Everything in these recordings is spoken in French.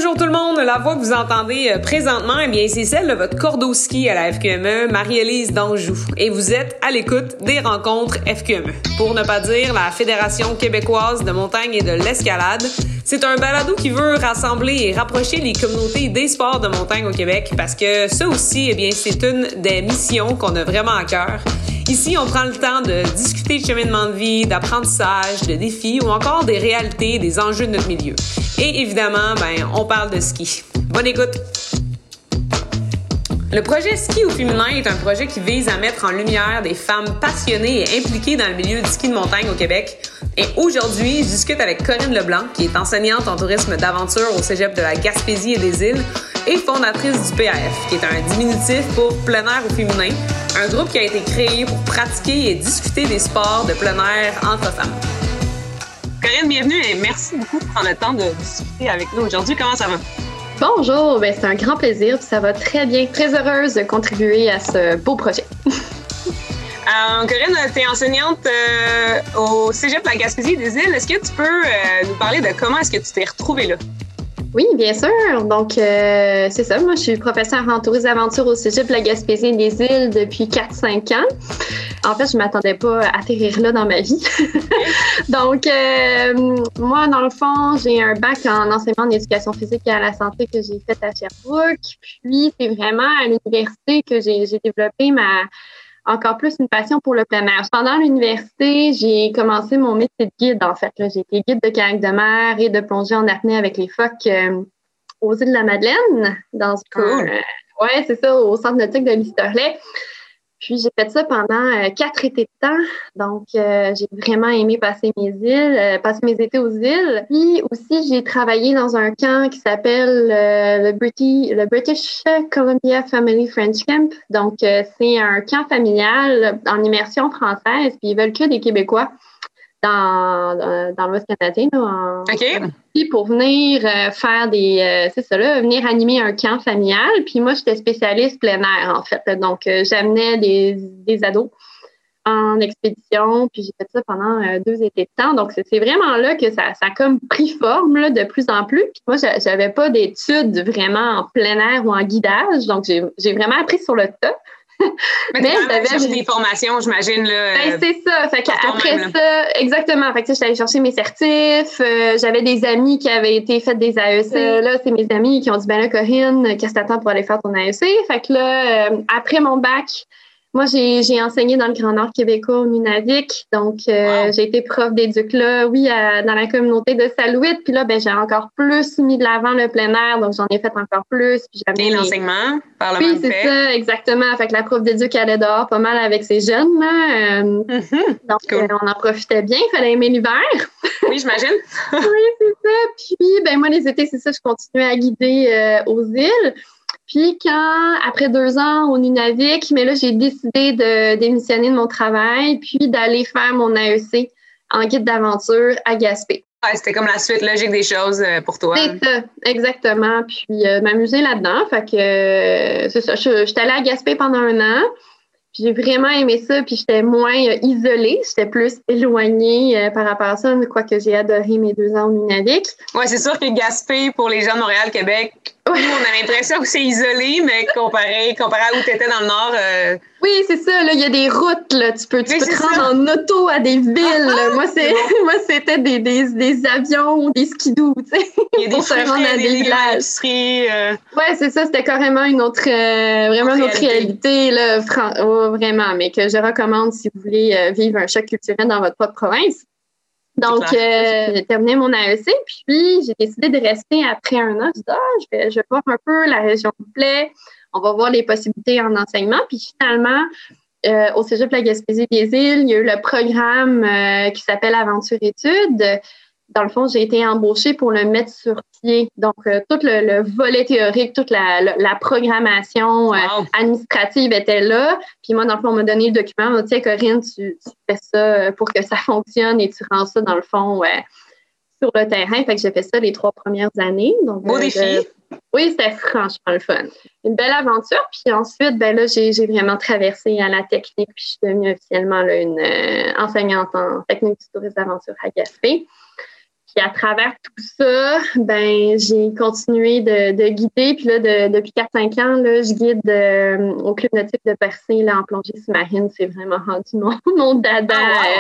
Bonjour tout le monde, la voix que vous entendez présentement, eh bien c'est celle de votre cordeau-ski à la FQME, Marie-Élise d'Anjou. Et vous êtes à l'écoute des rencontres FQME. Pour ne pas dire la Fédération québécoise de montagne et de l'escalade. C'est un balado qui veut rassembler et rapprocher les communautés des sports de montagne au Québec parce que ça aussi, eh bien, c'est une des missions qu'on a vraiment à cœur. Ici, on prend le temps de discuter de cheminement de vie, d'apprentissage, de défis ou encore des réalités, des enjeux de notre milieu. Et évidemment, on parle de ski. Bonne écoute! Le projet Ski au féminin est un projet qui vise à mettre en lumière des femmes passionnées et impliquées dans le milieu du ski de montagne au Québec. Et aujourd'hui, je discute avec Corinne Leblanc, qui est enseignante en tourisme d'aventure au Cégep de la Gaspésie et des Îles et fondatrice du PAF, qui est un diminutif pour plein air au féminin, un groupe qui a été créé pour pratiquer et discuter des sports de plein air entre femmes. Corinne, bienvenue et merci beaucoup de prendre le temps de discuter avec nous aujourd'hui. Comment ça va? Bonjour, c'est un grand plaisir, ça va très bien. Très heureuse de contribuer à ce beau projet. Corinne, tu es enseignante au Cégep de la Gaspésie et des Îles. Est-ce que tu peux nous parler de comment est-ce que tu t'es retrouvée là? Oui, bien sûr. Donc, c'est ça. Moi, je suis professeure en tourisme d'aventure au Cégep de la Gaspésie et des Îles depuis 4-5 ans. En fait, je ne m'attendais pas à atterrir là dans ma vie. Donc, moi, dans le fond, j'ai un bac en enseignement en éducation physique et à la santé que j'ai fait à Sherbrooke. Puis, c'est vraiment à l'université que j'ai développé encore plus une passion pour le plein air. Pendant l'université, j'ai commencé mon métier de guide, en fait. Là, j'ai été guide de kayak de mer et de plongée en apnée avec les phoques aux îles de la Madeleine, dans c'est ça, au centre nautique de l'Istorlet. Puis, j'ai fait ça pendant 4 étés de temps. Donc, j'ai vraiment aimé passer mes étés aux îles. Puis aussi, j'ai travaillé dans un camp qui s'appelle le British Columbia Family French Camp. Donc, c'est un camp familial en immersion française. Puis, ils veulent que des Québécois dans l'Ouest canadien. Puis pour venir faire venir animer un camp familial. Puis moi, j'étais spécialiste plein air, en fait. Donc, j'amenais des ados en expédition. Puis j'ai fait ça pendant 2 étés de temps. Donc, c'est vraiment là que ça a comme pris forme là, de plus en plus. Puis moi, j'avais pas d'études vraiment en plein air ou en guidage. Donc, j'ai vraiment appris sur le tas. Mais j'avais cherché des formations, j'imagine. Là, c'est ça. Fait qu'après ça, exactement. Fait que j'étais allée chercher mes certifs. J'avais des amis qui avaient été fait des AEC. Là, c'est mes amis qui ont dit, là, Corinne, qu'est-ce que t'attends pour aller faire ton AEC? Fait que là, après mon bac, moi, j'ai enseigné dans le Grand Nord québécois au Nunavik. Donc, j'ai été prof d'éduc là, dans la communauté de Salouit. Puis là, j'ai encore plus mis de l'avant le plein air. Donc, j'en ai fait encore plus. Puis et l'enseignement par le même fait. Oui, c'est ça, exactement. Fait que la prof d'éduc allait dehors pas mal avec ses jeunes. Là. Donc, cool. On en profitait bien. Il fallait aimer l'hiver. Oui, j'imagine. Oui, c'est ça. Puis, moi, les étés, c'est ça, je continuais à guider aux îles. Puis après 2 ans au Nunavik, mais là, j'ai décidé de démissionner de mon travail puis d'aller faire mon AEC en guide d'aventure à Gaspé. Ouais, c'était comme la suite logique des choses pour toi. C'est ça, exactement. Puis m'amuser là-dedans. Fait que c'est ça. Je suis allée à Gaspé pendant 1 an. Puis j'ai vraiment aimé ça. Puis j'étais moins isolée. J'étais plus éloignée par rapport à ça, quoique j'ai adoré mes 2 ans au Nunavik. Oui, c'est sûr que Gaspé, pour les gens de Montréal, Québec, nous, on a l'impression que c'est isolé, mais comparé à où tu étais dans le Nord... Oui, c'est ça. Là, il y a des routes. Là. Tu peux te rendre en auto à des villes. Moi, c'était des avions ou des skidoo. Tu sais, il y a des fruits, des villages. Oui, c'est ça. C'était carrément une autre réalité. Là, vraiment, mais que je recommande si vous voulez vivre un choc culturel dans votre propre province. Donc, j'ai terminé mon AEC, puis j'ai décidé de rester après 1 an. Je dis, je vais voir un peu, la région me plaît, on va voir les possibilités en enseignement. Puis finalement, au Cégep de la Gaspésie des Îles, il y a eu le programme qui s'appelle Aventure Études. Dans le fond, j'ai été embauchée pour le mettre sur pied. Donc, tout le volet théorique, toute la programmation administrative était là. Puis moi, dans le fond, on m'a donné le document. On m'a dit, tiens, Corinne, tu fais ça pour que ça fonctionne et tu rends ça, dans le fond, sur le terrain. Fait que j'ai fait ça les 3 premières années. Donc, beau défi. Oui, c'était franchement le fun. Une belle aventure. Puis ensuite, là, j'ai vraiment traversé à la technique. Puis je suis devenue officiellement là, une enseignante en technique du tourisme d'aventure à Gaspé. Puis à travers tout ça, ben j'ai continué de guider. Puis là, depuis 4-5 ans, là, je guide au Club nautique de Percé là, en plongée sous-marine. C'est vraiment rendu mon dada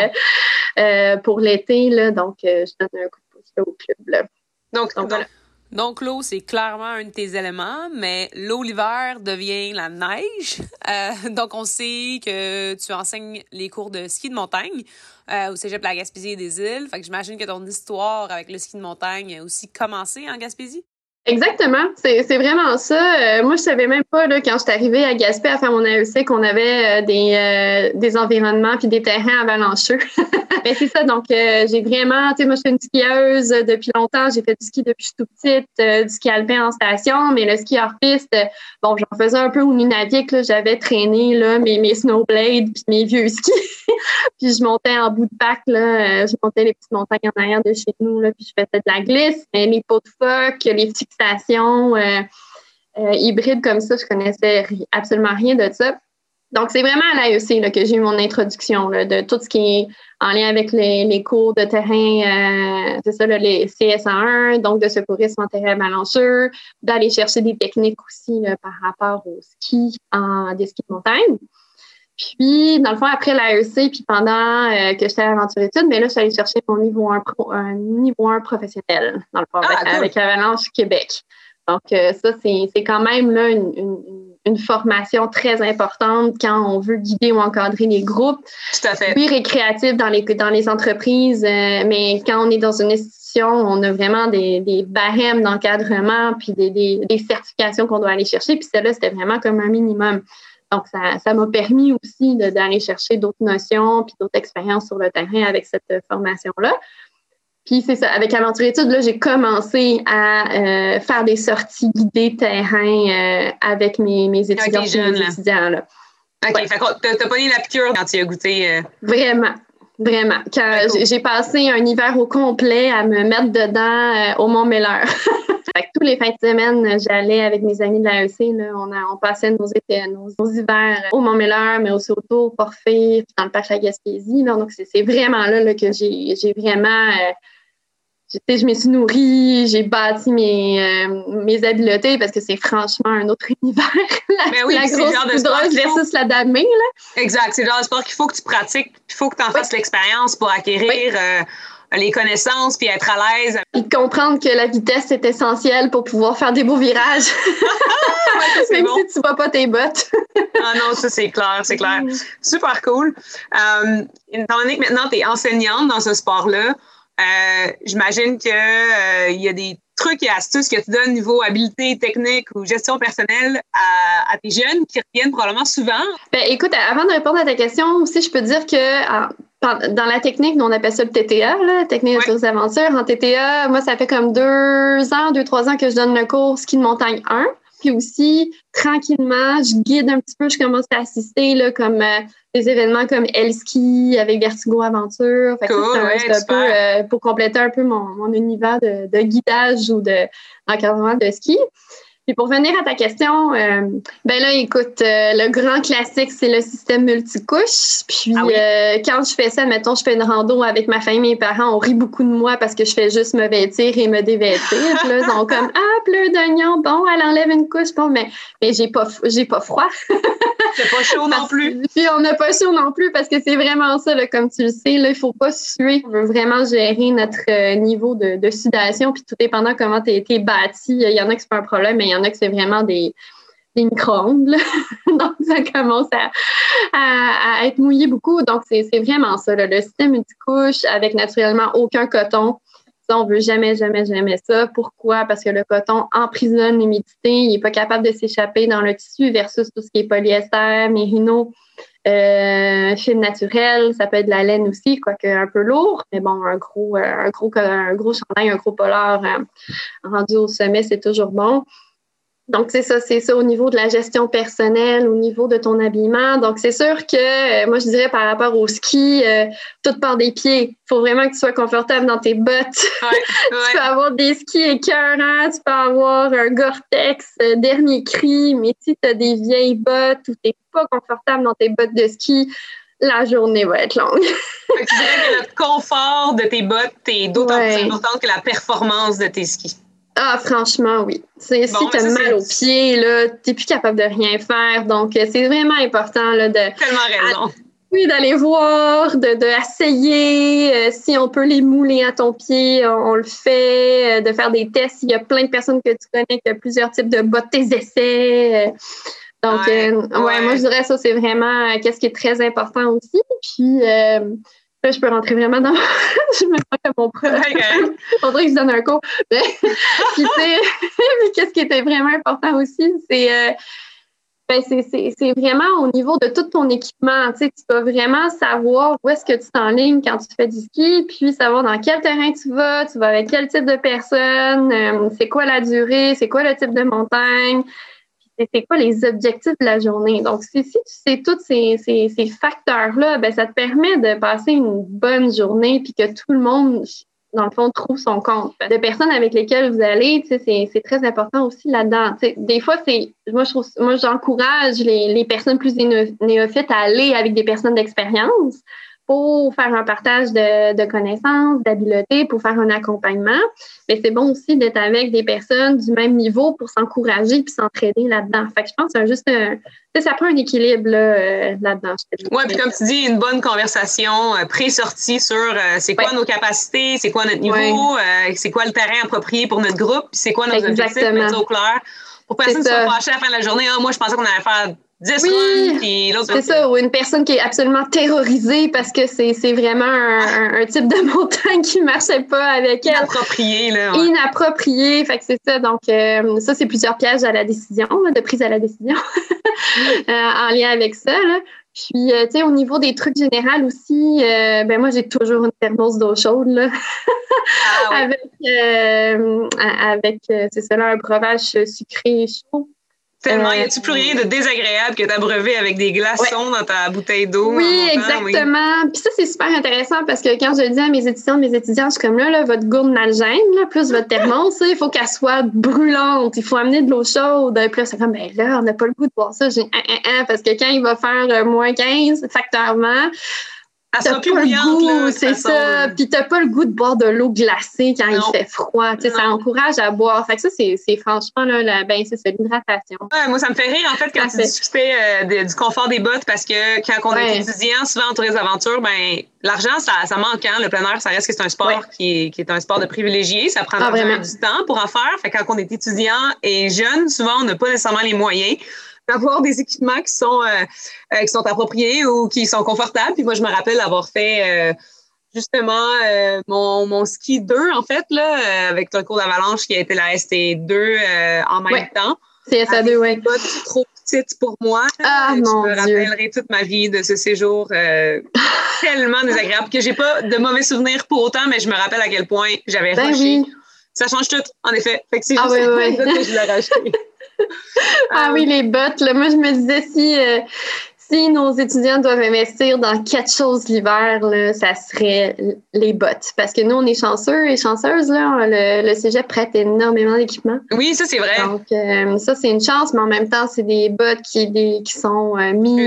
pour l'été. Là. Donc, je donne un coup de pouce là, au club. Là. Donc voilà. Donc, l'eau, c'est clairement un de tes éléments, mais l'eau l'hiver devient la neige. Donc, on sait que tu enseignes les cours de ski de montagne au Cégep de la Gaspésie et des Îles. Fait que j'imagine que ton histoire avec le ski de montagne a aussi commencé en Gaspésie. Exactement, c'est vraiment ça. Moi, je savais même pas là, quand je suis arrivée à Gaspé à faire mon AEC qu'on avait des environnements puis des terrains avalancheux. Mais c'est ça, donc j'ai vraiment, tu sais, moi je suis une skieuse depuis longtemps, j'ai fait du ski depuis que je suis toute petite, du ski alpin en station, mais le ski hors piste, bon, j'en faisais un peu au Nunavik, là, j'avais traîné là, mes snowblades puis mes vieux skis, puis je montais en bout de pack, là, je montais les petites montagnes en arrière de chez nous, là, puis je faisais de la glisse, mais les pots de phoque, les fixations hybrides comme ça, je connaissais absolument rien de ça. Donc, c'est vraiment à l'AEC là, que j'ai eu mon introduction là, de tout ce qui est en lien avec les cours de terrain, c'est ça, là, les CSA1, donc de secourisme en terrain avalancheux, d'aller chercher des techniques aussi là, par rapport au ski des skis de montagne. Puis, dans le fond, après l'AEC, puis pendant que j'étais à Aventure Études, mais là, je suis allée chercher mon niveau 1 professionnel, dans le fond, avec Avalanche Québec. Donc, ça, c'est quand même là une formation très importante quand on veut guider ou encadrer les groupes. Tout à fait. Oui, récréatif dans les entreprises, mais quand on est dans une institution, on a vraiment des barèmes d'encadrement puis des certifications qu'on doit aller chercher. Puis celle-là, c'était vraiment comme un minimum. Donc, ça m'a permis aussi d'aller chercher d'autres notions puis d'autres expériences sur le terrain avec cette formation-là. Puis c'est ça, avec Aventure Études, là, j'ai commencé à faire des sorties guidées terrain avec mes étudiants et mes étudiants. Là. OK, fait que t'as pas eu la piqûre quand tu as goûté. Vraiment. Quand j'ai passé un hiver au complet à me mettre dedans au Mont-Miller. Fait que tous les fins de semaine, j'allais avec mes amis de l'AEC. On passait nos hivers au Mont-Miller, mais aussi autour, au Porphyre, dans le parc de la Gaspésie. Là. Donc, c'est vraiment là que j'ai vraiment... je me suis nourrie, j'ai bâti mes habiletés parce que c'est franchement un autre univers. Oui, la grosse poudreuse versus la damée. Là. Exact. C'est le genre de sport qu'il faut que tu pratiques, il faut que tu en fasses l'expérience pour acquérir les connaissances puis être à l'aise. Et comprendre que la vitesse est essentielle pour pouvoir faire des beaux virages. Même si tu ne vois pas tes bottes. Non, ça c'est clair. Super cool. Étant donné que maintenant tu es enseignante dans ce sport-là, j'imagine qu'il y a des trucs et astuces que tu donnes niveau habileté technique ou gestion personnelle à tes jeunes qui reviennent probablement souvent. Écoute, avant de répondre à ta question aussi, je peux dire que dans la technique, nous on appelle ça le TTA, là, technique de tourisme d'aventure. En TTA, moi, ça fait comme 2-3 ans que je donne le cours ski de montagne 1. Puis aussi, tranquillement, je guide un petit peu, je commence à assister là, comme des événements comme L-Ski avec Vertigo Aventure. Fait que c'est un peu pour compléter un peu mon univers de guidage ou d'encadrement de ski. Puis pour venir à ta question, écoute, le grand classique, c'est le système multicouche. Puis quand je fais ça, mettons, je fais une rando avec ma famille, mes parents, on rit beaucoup de moi parce que je fais juste me vêtir et me dévêtir. Là, ils sont comme pleu d'oignon, bon, elle enlève une couche, bon, mais j'ai pas froid. C'est pas chaud non plus. Puis on n'a pas chaud non plus parce que c'est vraiment ça, là, comme tu le sais, là, il faut pas suer. On veut vraiment gérer notre niveau de sudation, puis tout dépendant comment tu es bâti. Il y en a qui c'est pas un problème, mais il y en a que c'est vraiment des micro-ondes. Là. Donc, ça commence à être mouillé beaucoup. Donc, c'est vraiment ça. Là. Le système multicouche avec naturellement aucun coton. Ça, on veut jamais ça. Pourquoi? Parce que le coton emprisonne l'humidité. Il n'est pas capable de s'échapper dans le tissu versus tout ce qui est polyester, mérino, fil naturel. Ça peut être de la laine aussi, quoique un peu lourd. Mais bon, un gros chandail, un gros polar rendu au sommet, c'est toujours bon. Donc, c'est ça au niveau de la gestion personnelle, au niveau de ton habillement. Donc, c'est sûr que, moi, je dirais par rapport au ski, tout part des pieds. Il faut vraiment que tu sois confortable dans tes bottes. Tu peux avoir des skis écœurants, tu peux avoir un Gore-Tex, dernier cri, mais si tu as des vieilles bottes ou tu n'es pas confortable dans tes bottes de ski, la journée va être longue. Fait que tu dirais que le confort de tes bottes est d'autant plus important que la performance de tes skis. Ah, franchement, oui. Si tu as mal aux pieds, là, tu n'es plus capable de rien faire. Donc, c'est vraiment important là, tellement raison. Oui, d'aller voir, d'essayer. Si on peut les mouler à ton pied, on le fait. De faire des tests. Il y a plein de personnes que tu connais qui ont plusieurs types de bottes, tes essais. Donc, moi, je dirais ça, c'est vraiment qu'est-ce qui est très important aussi. Puis, là, je peux rentrer vraiment dans... je me sens comme mon prof. Il faudrait que je donne un cours. Puis, tu sais, qu'est-ce qui était vraiment important aussi, c'est vraiment au niveau de tout ton équipement. Tu sais, tu dois vraiment savoir où est-ce que tu t'enlignes quand tu fais du ski, puis savoir dans quel terrain tu vas avec quel type de personne, c'est quoi la durée, c'est quoi le type de montagne, c'est quoi les objectifs de la journée. Donc, si tu sais tous ces facteurs-là, ben ça te permet de passer une bonne journée puis que tout le monde, dans le fond, trouve son compte. Les personnes avec lesquelles vous allez, c'est très important aussi là-dedans. T'sais, des fois, moi, j'encourage les personnes plus néophytes à aller avec des personnes d'expérience pour faire un partage de connaissances, d'habiletés, pour faire un accompagnement. Mais c'est bon aussi d'être avec des personnes du même niveau pour s'encourager puis s'entraider là-dedans. Fait que je pense que c'est juste ça prend un équilibre là-dedans. Oui, puis comme tu dis, une bonne conversation pré-sortie sur c'est quoi nos capacités, c'est quoi notre niveau, c'est quoi le terrain approprié pour notre groupe, puis c'est quoi nos objectifs, mettre ça au clair. Pour que personne ne soit fâché à la fin de la journée. Moi, je pensais qu'on allait faire 10 runs, puis l'autre... C'est ça, ou une personne qui est absolument terrorisée parce que c'est vraiment un type de montagne qui ne marchait pas avec elle. Inapproprié, là. Ouais. Inapproprié, fait que c'est ça. Donc, ça, c'est plusieurs pièges à la décision, là, de prise à la décision, en lien avec ça, là. Puis, tu sais, au niveau des trucs généraux aussi, moi, j'ai toujours une thermos d'eau chaude, là. avec, c'est ça, là, un breuvage sucré et chaud. Tellement. Y a-tu plus rien de désagréable que t'abreuver avec des glaçons dans ta bouteille d'eau? Oui, exactement. Puis ça, c'est super intéressant parce que quand je dis à mes étudiants, je suis comme là, votre gourde nalgène, là, plus votre thermos, il faut qu'elle soit brûlante. Il faut amener de l'eau chaude. Puis là, c'est comme, là, on n'a pas le goût de boire ça. J'ai parce que quand il va faire moins 15 factoirement, elle sera plus bouillante, c'est ça. Puis t'as pas le goût de boire de l'eau glacée quand il fait froid. Ça encourage à boire. Fait que ça, c'est franchement là, c'est ça, l'hydratation. Ouais, moi, ça me fait rire en fait quand tu discutais du confort des bottes parce que quand on est étudiant, souvent en tourisme d'aventure, l'argent, ça manque. Hein? Le plein air, ça reste que c'est un sport qui est un sport de privilégié. Ça prend du temps pour en faire. Fait que quand on est étudiant et jeune, souvent, on n'a pas nécessairement les moyens d'avoir des équipements qui sont appropriés ou qui sont confortables. Puis moi, je me rappelle avoir fait justement mon ski 2, en fait, là, avec le cours d'avalanche qui a été la ST2 en même temps. C'est SA2, oui. Pas trop petite pour moi. Ah, je mon me Dieu. rappellerai toute ma vie de ce séjour tellement désagréable que j'ai pas de mauvais souvenirs pour autant, mais je me rappelle à quel point j'avais rushé. Oui. Ça change tout, en effet. Fait que c'est juste que je l'ai racheté. Oui, les bottes. Là, moi, je me disais, si nos étudiants doivent investir dans quelque chose l'hiver, là, ça serait les bottes. Parce que nous, on est chanceux et chanceuses. Là, le cégep prête énormément d'équipements. Oui, ça, c'est vrai. Donc, ça, c'est une chance, mais en même temps, c'est des bottes qui sont remis.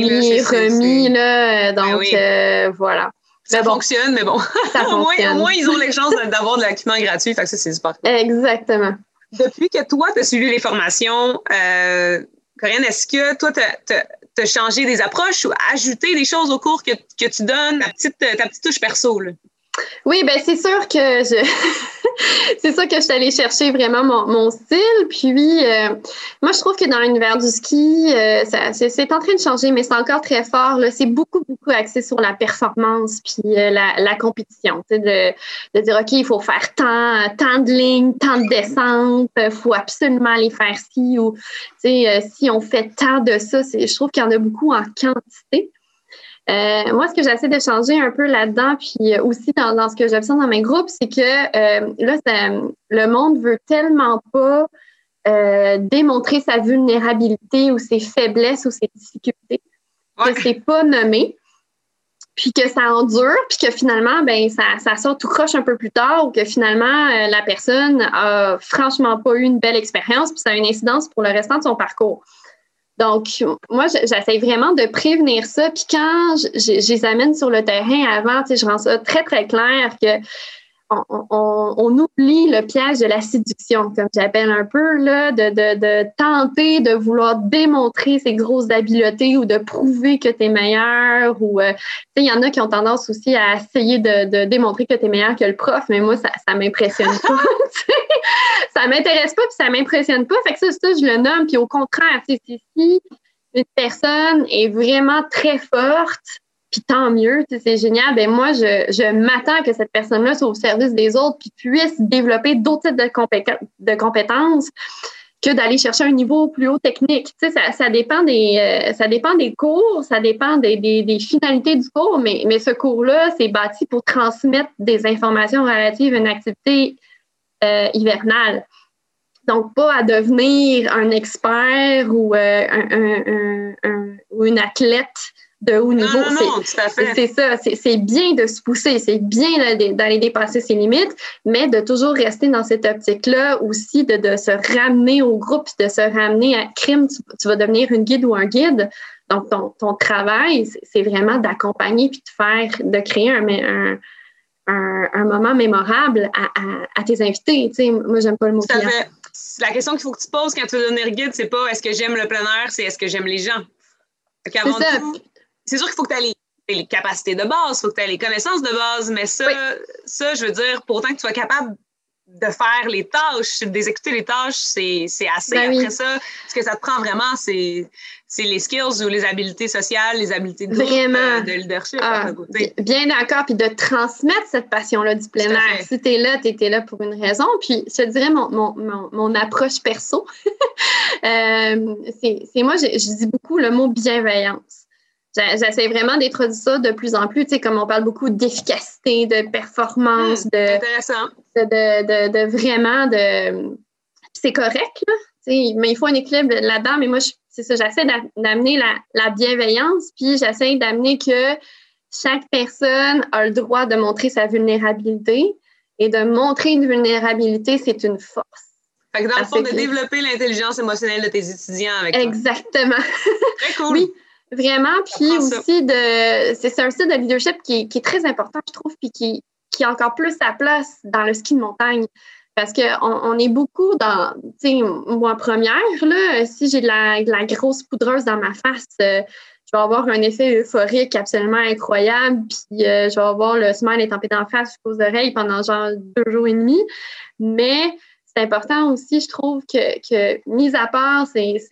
Donc, voilà. Ça fonctionne, mais bon. Au moins, ils ont les chances d'avoir de l'équipement gratuit. Fait que ça, c'est super cool. Exactement. Depuis que toi, tu as suivi les formations, Corinne, est-ce que toi, tu as changé des approches ou ajouté des choses au cours que tu donnes, ta petite touche perso, là? Oui, c'est sûr que c'est ça que je suis allée chercher vraiment mon style. Puis, moi, je trouve que dans l'univers du ski, c'est en train de changer, mais c'est encore très fort. Là. C'est beaucoup, beaucoup axé sur la performance puis la compétition. De dire, OK, il faut faire tant de lignes, tant de descentes, il faut absolument aller faire ci ou, si on fait tant de ça, je trouve qu'il y en a beaucoup en quantité. Moi, ce que j'essaie de changer un peu là-dedans, puis aussi dans ce que j'observe dans mes groupes, c'est que le monde veut tellement pas démontrer sa vulnérabilité ou ses faiblesses ou ses difficultés que c'est pas nommé, puis que ça endure, puis que finalement, ça sort tout croche un peu plus tard ou que finalement, la personne a franchement pas eu une belle expérience, puis ça a une incidence pour le restant de son parcours. Donc, moi, j'essaie vraiment de prévenir ça. Puis quand je les amène sur le terrain avant, tu sais, je rends ça très, très clair que on oublie le piège de la séduction, comme j'appelle un peu, là, de tenter de vouloir démontrer ses grosses habiletés ou de prouver que tu es meilleur. Ou, il y en a qui ont tendance aussi à essayer de démontrer que tu es meilleur que le prof, mais moi, ça m'impressionne pas. Ça m'intéresse pas puis ça m'impressionne pas. Fait que ça, je le nomme. Puis au contraire, si une personne est vraiment très forte, puis tant mieux, c'est génial. Ben moi, je m'attends que cette personne-là soit au service des autres puis puisse développer d'autres types de compétences que d'aller chercher un niveau plus haut technique. Tu sais, ça dépend des cours, ça dépend des finalités du cours, mais ce cours-là, c'est bâti pour transmettre des informations relatives à une activité hivernale. Donc, pas à devenir un expert ou une athlète de haut niveau. Non, tout à fait. C'est ça. C'est bien de se pousser, c'est bien d'aller dépasser ses limites, mais de toujours rester dans cette optique-là aussi, de se ramener au groupe, de se ramener à crime. Tu vas devenir une guide ou un guide. Donc, ton travail, c'est vraiment d'accompagner puis de créer un moment mémorable à tes invités. Tu sais, moi, j'aime pas le mot client. La question qu'il faut que tu poses quand tu veux devenir guide, c'est pas est-ce que j'aime le plein air, c'est est-ce que j'aime les gens. Avant tout, c'est sûr qu'il faut que tu aies les capacités de base, il faut que tu aies les connaissances de base, mais ça, je veux dire, pour autant que tu sois capable de faire les tâches, d'exécuter les tâches, c'est assez. Ben Après ça, ce que ça te prend vraiment, c'est les skills ou les habiletés sociales, les habiletés de groupe, de leadership. Bien d'accord, puis de transmettre cette passion-là du plein air. Si tu es là pour une raison. Puis je te dirais mon approche perso, c'est moi, je dis beaucoup le mot bienveillance. J'essaie vraiment d'introduire ça de plus en plus, tu sais, comme on parle beaucoup d'efficacité, de performance, intéressant. de vraiment de... C'est correct, là, tu sais, mais il faut un équilibre là-dedans. Mais moi, c'est ça, j'essaie d'amener la bienveillance, puis j'essaie d'amener que chaque personne a le droit de montrer sa vulnérabilité et de montrer une vulnérabilité, c'est une force. Fait que dans le fond, de développer l'intelligence émotionnelle de tes étudiants avec toi. Exactement. Très cool. Oui. Vraiment, puis aussi c'est un style de leadership qui est très important, je trouve, puis qui a encore plus sa place dans le ski de montagne. Parce qu'on est beaucoup dans, tu sais, moi première, là, si j'ai de la grosse poudreuse dans ma face, je vais avoir un effet euphorique absolument incroyable, puis je vais avoir le smile étampé d'en face jusqu'aux oreilles pendant genre 2 jours et demi. Mais c'est important aussi, je trouve, que mis à part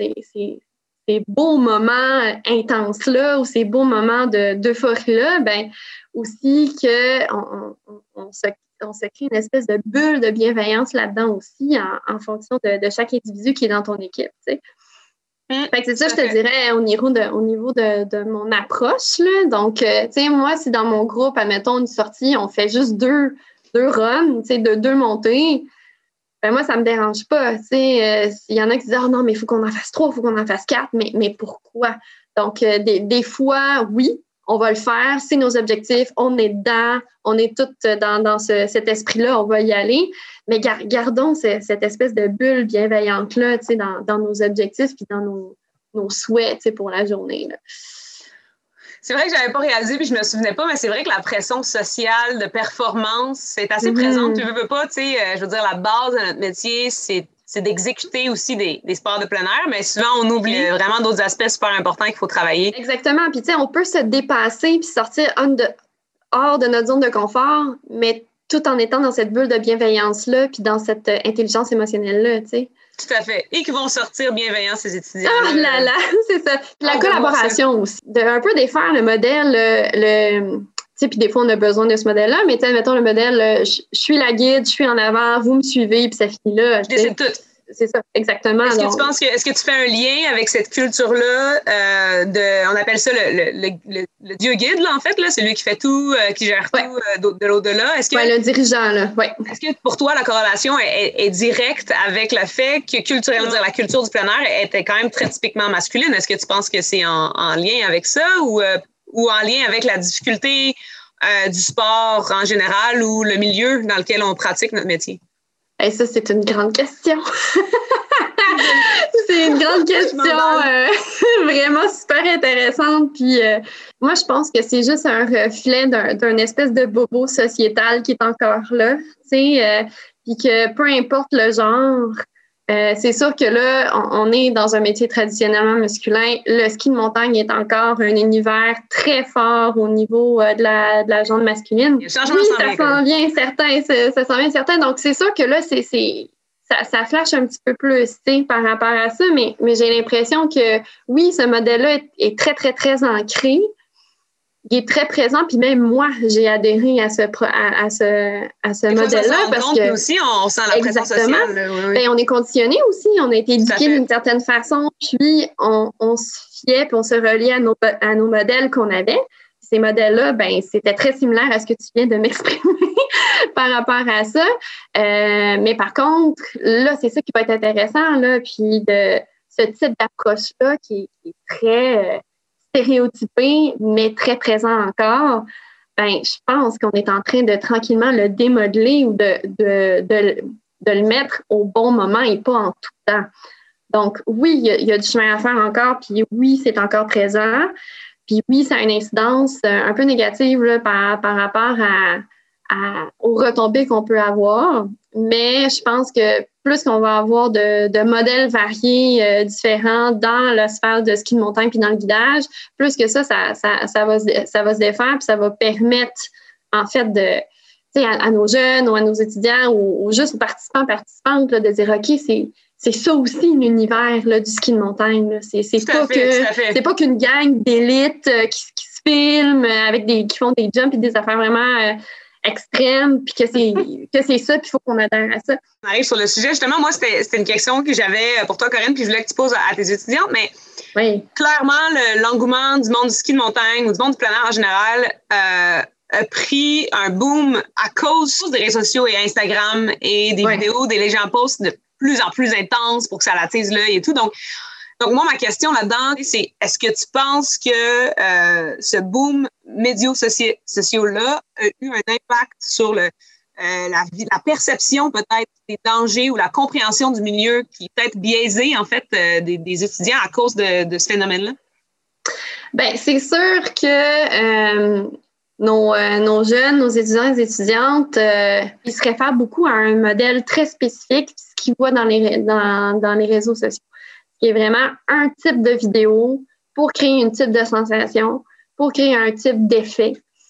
ces beaux moments intenses-là ou ces beaux moments d'euphorie-là, ben aussi qu'on se crée une espèce de bulle de bienveillance là-dedans aussi en fonction de chaque individu qui est dans ton équipe, tu sais. Fait que c'est ça, je te dirais, au niveau de mon approche, là. Donc, tu sais, moi, si dans mon groupe, admettons une sortie, on fait juste deux runs, tu sais, de 2 montées, ben moi, ça me dérange pas. Tu sais, il y en a qui disent « Ah non, mais il faut qu'on en fasse 3, il faut qu'on en fasse 4. » Mais pourquoi? Donc, des fois, oui, on va le faire. C'est nos objectifs. On est dedans. On est toutes dans cet esprit-là. On va y aller. Mais gardons cette espèce de bulle bienveillante-là, tu sais, dans nos objectifs puis dans nos souhaits, tu sais, pour la journée, là. C'est vrai que je n'avais pas réalisé puis je me souvenais pas, mais c'est vrai que la pression sociale de performance est assez présente. Tu veux pas, tu sais, je veux dire, la base de notre métier, c'est d'exécuter aussi des sports de plein air, mais souvent, on oublie vraiment d'autres aspects super importants qu'il faut travailler. Exactement. Puis, tu sais, on peut se dépasser puis sortir hors de notre zone de confort, mais tout en étant dans cette bulle de bienveillance-là puis dans cette intelligence émotionnelle-là, tu sais. Tout à fait. Et qui vont sortir bienveillants, ces étudiants. Ah là là, c'est ça. Puis la collaboration aussi. Un peu défaire le modèle, tu sais, puis des fois, on a besoin de ce modèle-là, mais tu sais, mettons le modèle, je suis la guide, je suis en avant, vous me suivez, puis ça finit là. Je décide tout. C'est ça, exactement. Est-ce que tu fais un lien avec cette culture-là on appelle ça le dieu guide, là, en fait, là, c'est lui qui fait tout, qui gère tout de l'au-delà. Le dirigeant, là, oui. Est-ce que pour toi, la corrélation est directe avec le fait que culturellement, la culture du plein air était quand même très typiquement masculine? Est-ce que tu penses que c'est en lien avec ça ou en lien avec la difficulté du sport en général ou le milieu dans lequel on pratique notre métier? Et ça, c'est une grande question. C'est une grande question, vraiment super intéressante. Puis moi, je pense que c'est juste un reflet d'un espèce de bobo sociétal qui est encore là, tu sais, puis que peu importe le genre, c'est sûr que là, on est dans un métier traditionnellement masculin. Le ski de montagne est encore un univers très fort au niveau de la genre masculine. Oui, ça s'en vient certain. Ça s'en vient certain. Donc, c'est sûr que là, ça flash un petit peu plus, tu sais, par rapport à ça. Mais j'ai l'impression que, oui, ce modèle-là est très, très, très ancré. Il est très présent, puis même moi, j'ai adhéré à ce modèle-là. Parce que aussi, on sent la pression sociale. Oui. Ben, on est conditionné aussi, on a été éduqués d'une certaine façon, puis on se fiait, puis on se reliait à nos modèles qu'on avait. Ces modèles-là, ben, c'était très similaire à ce que tu viens de m'exprimer par rapport à ça. Mais par contre, là, c'est ça qui va être intéressant, là, puis de ce type d'approche-là qui est très... stéréotypé, mais très présent encore, ben, je pense qu'on est en train de tranquillement le démodeler ou de le mettre au bon moment et pas en tout temps. Donc, oui, il y a du chemin à faire encore, puis oui, c'est encore présent. Puis oui, ça a une incidence un peu négative là, par rapport aux retombées qu'on peut avoir. Mais je pense que plus qu'on va avoir de modèles variés, différents dans la sphère de ski de montagne puis dans le guidage, plus que ça va se défaire puis ça va permettre, en fait, à nos jeunes ou à nos étudiants ou juste aux participantes là, de dire, OK, c'est ça aussi l'univers là, du ski de montagne. Là. C'est pas qu'une gang d'élite qui se filme qui font des jumps et des affaires vraiment... extrême, puis que c'est ça, puis il faut qu'on adhère à ça. On arrive sur le sujet. Justement, moi, c'était une question que j'avais pour toi, Corinne, puis je voulais que tu poses à tes étudiantes, mais oui. Clairement, l'engouement du monde du ski de montagne ou du monde du plein air en général a pris un boom à cause des réseaux sociaux et Instagram et des vidéos, des gens postent de plus en plus intenses pour que ça l'attise l'œil et tout. Donc moi, ma question là-dedans, c'est est-ce que tu penses que ce boom médias-sociaux-là a eu un impact sur la perception peut-être des dangers ou la compréhension du milieu qui est peut-être biaisée, en fait, des étudiants à cause de ce phénomène-là? Bien, c'est sûr que nos jeunes, nos étudiants et étudiantes, ils se réfèrent beaucoup à un modèle très spécifique, ce qu'ils voient dans les réseaux sociaux. Qui est vraiment un type de vidéo pour créer un type de sensation, pour créer un type d'effet,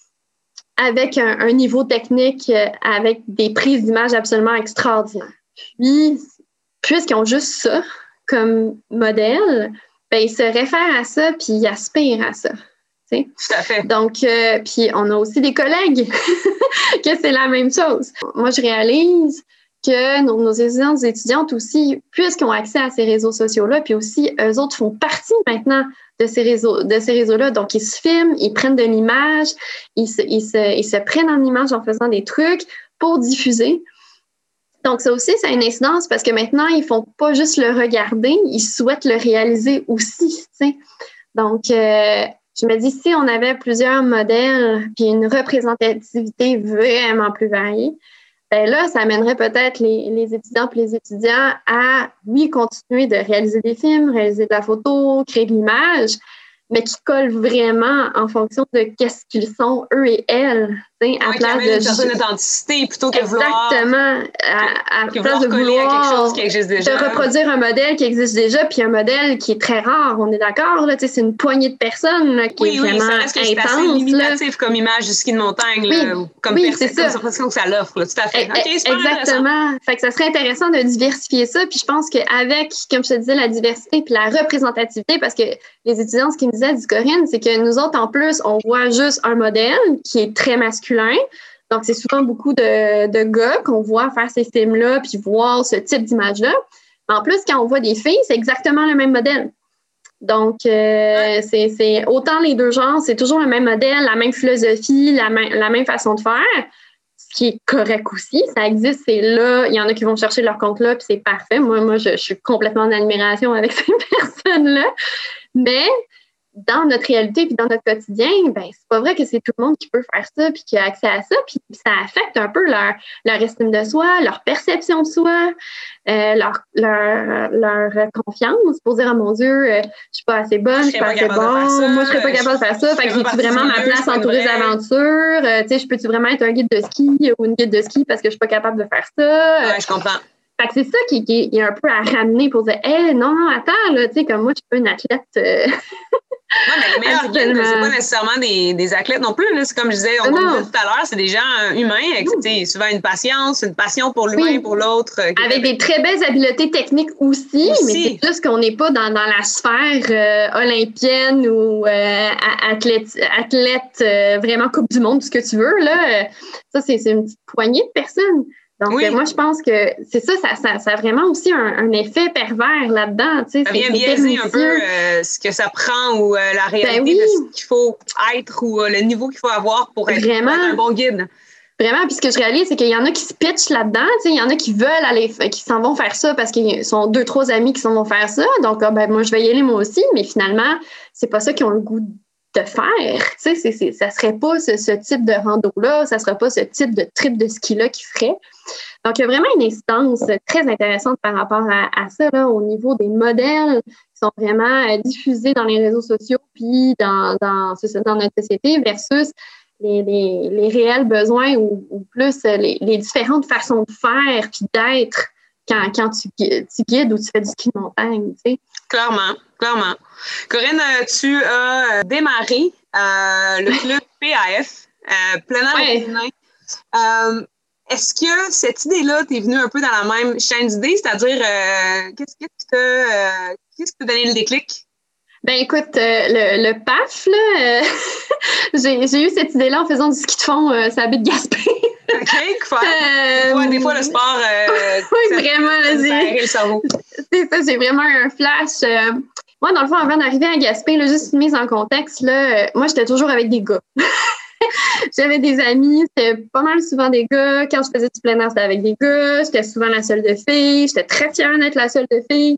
avec un niveau technique, avec des prises d'image absolument extraordinaires. Puis, puisqu'ils ont juste ça comme modèle, ben, ils se réfèrent à ça, puis ils aspirent à ça. T'sais? Tout à fait. Donc, puis on a aussi des collègues que c'est la même chose. Moi, je réalise que nos étudiants et étudiantes aussi, puisqu'ils ont accès à ces réseaux sociaux-là, puis aussi, eux autres font partie maintenant de ces réseaux-là. Donc, ils se filment, ils prennent de l'image, ils se prennent en image en faisant des trucs pour diffuser. Donc, ça aussi, ça a une incidence parce que maintenant, ils font pas juste le regarder, ils souhaitent le réaliser aussi, tu sais. Donc, je me dis, si on avait plusieurs modèles puis une représentativité vraiment plus variée, ben là, ça amènerait peut-être les étudiants et les étudiants à, oui, continuer de réaliser des films, réaliser de la photo, créer de l'image, mais qui collent vraiment en fonction de qu'est-ce qu'ils sont, eux et elles. À place de une certaine authenticité plutôt que vouloir... Exactement. À place de vouloir à quelque chose qui existe déjà. De reproduire un modèle qui existe déjà, puis un modèle qui est très rare, on est d'accord. Là, c'est une poignée de personnes là, qui est vraiment ça reste intense. C'est assez limitatif comme image du ski de montagne, là, comme sensation que ça l'offre. Tout à fait. Exactement. Fait que ça serait intéressant de diversifier ça. Puis je pense qu'avec, comme je te disais, la diversité puis la représentativité, parce que les étudiants, ce qu'ils me disaient, Corinne, c'est que nous autres, en plus, on voit juste un modèle qui est très masculin. Donc, c'est souvent beaucoup de gars qu'on voit faire ces films-là puis voir ce type d'image-là. En plus, quand on voit des filles, c'est exactement le même modèle. Donc, c'est autant les deux genres, c'est toujours le même modèle, la même philosophie, la même façon de faire, ce qui est correct aussi. Ça existe, c'est là. Il y en a qui vont chercher leur compte là, puis c'est parfait. Moi, je suis complètement en admiration avec ces personnes-là. Mais dans notre réalité puis dans notre quotidien, ben c'est pas vrai que c'est tout le monde qui peut faire ça puis qui a accès à ça, puis ça affecte un peu leur estime de soi, leur perception de soi, leur confiance pour dire, oh mon Dieu, je suis pas assez bonne, je suis pas assez bon, moi je serais pas capable de faire ça, fait que j'ai-tu vraiment ma place en tourisme d'aventure, tu sais, je peux-tu vraiment être un guide de ski ou une guide de ski parce que je suis pas capable de faire ça? Ouais, je comprends. Fait que c'est ça qui est un peu à ramener pour dire, non, attends, là, tu sais, comme moi, je suis pas une athlète. Non, mais les meilleurs guides, c'est pas nécessairement des athlètes non plus. Là. C'est comme je disais, on disait tout à l'heure, c'est des gens humains avec souvent une patience, une passion pour l'humain, pour l'autre. Avec des très belles habiletés techniques aussi. Mais c'est juste qu'on n'est pas dans la sphère olympienne ou athlète vraiment Coupe du Monde, ce que tu veux. Là. Ça, c'est une petite poignée de personnes. Donc, moi, je pense que c'est ça a vraiment aussi un effet pervers là-dedans. Tu sais, ça vient biaiser un peu ce que ça prend ou la réalité de ce qu'il faut être ou le niveau qu'il faut avoir pour être un bon guide. Vraiment, puis ce que je réalise, c'est qu'il y en a qui se pitchent là-dedans. Tu sais, il y en a qui veulent aller, qui s'en vont faire ça parce qu'ils sont 2-3 amis qui s'en vont faire ça. Donc, moi, je vais y aller moi aussi. Mais finalement, c'est pas ça qu'ils ont le goût de faire. Tu sais, ça serait pas ce type de rando-là, ça serait pas ce type de trip de ski-là qu'ils feraient. Donc, il y a vraiment une instance très intéressante par rapport à ça, là, au niveau des modèles qui sont vraiment diffusés dans les réseaux sociaux puis dans notre société versus les réels besoins ou plus les différentes façons de faire puis d'être quand tu guides ou tu fais du ski de montagne, tu sais. Clairement. Corinne, tu as démarré le club PAF, plein air féminin. Est-ce que cette idée-là t'est venue un peu dans la même chaîne d'idées, c'est-à-dire qu'est-ce qui t'a donné le déclic? Ben écoute, le PAF, là, j'ai eu cette idée-là en faisant du ski de fond sur la baie de Gaspé. OK, des fois, le sport, oui, vraiment, le cerveau. C'est ça, j'ai vraiment un flash. Moi, dans le fond, avant d'arriver à Gaspé, là, juste une mise en contexte, là, moi, j'étais toujours avec des gars. J'avais des amis, c'était pas mal souvent des gars. Quand je faisais du plein air, c'était avec des gars. J'étais souvent la seule de filles. J'étais très fière d'être la seule de filles.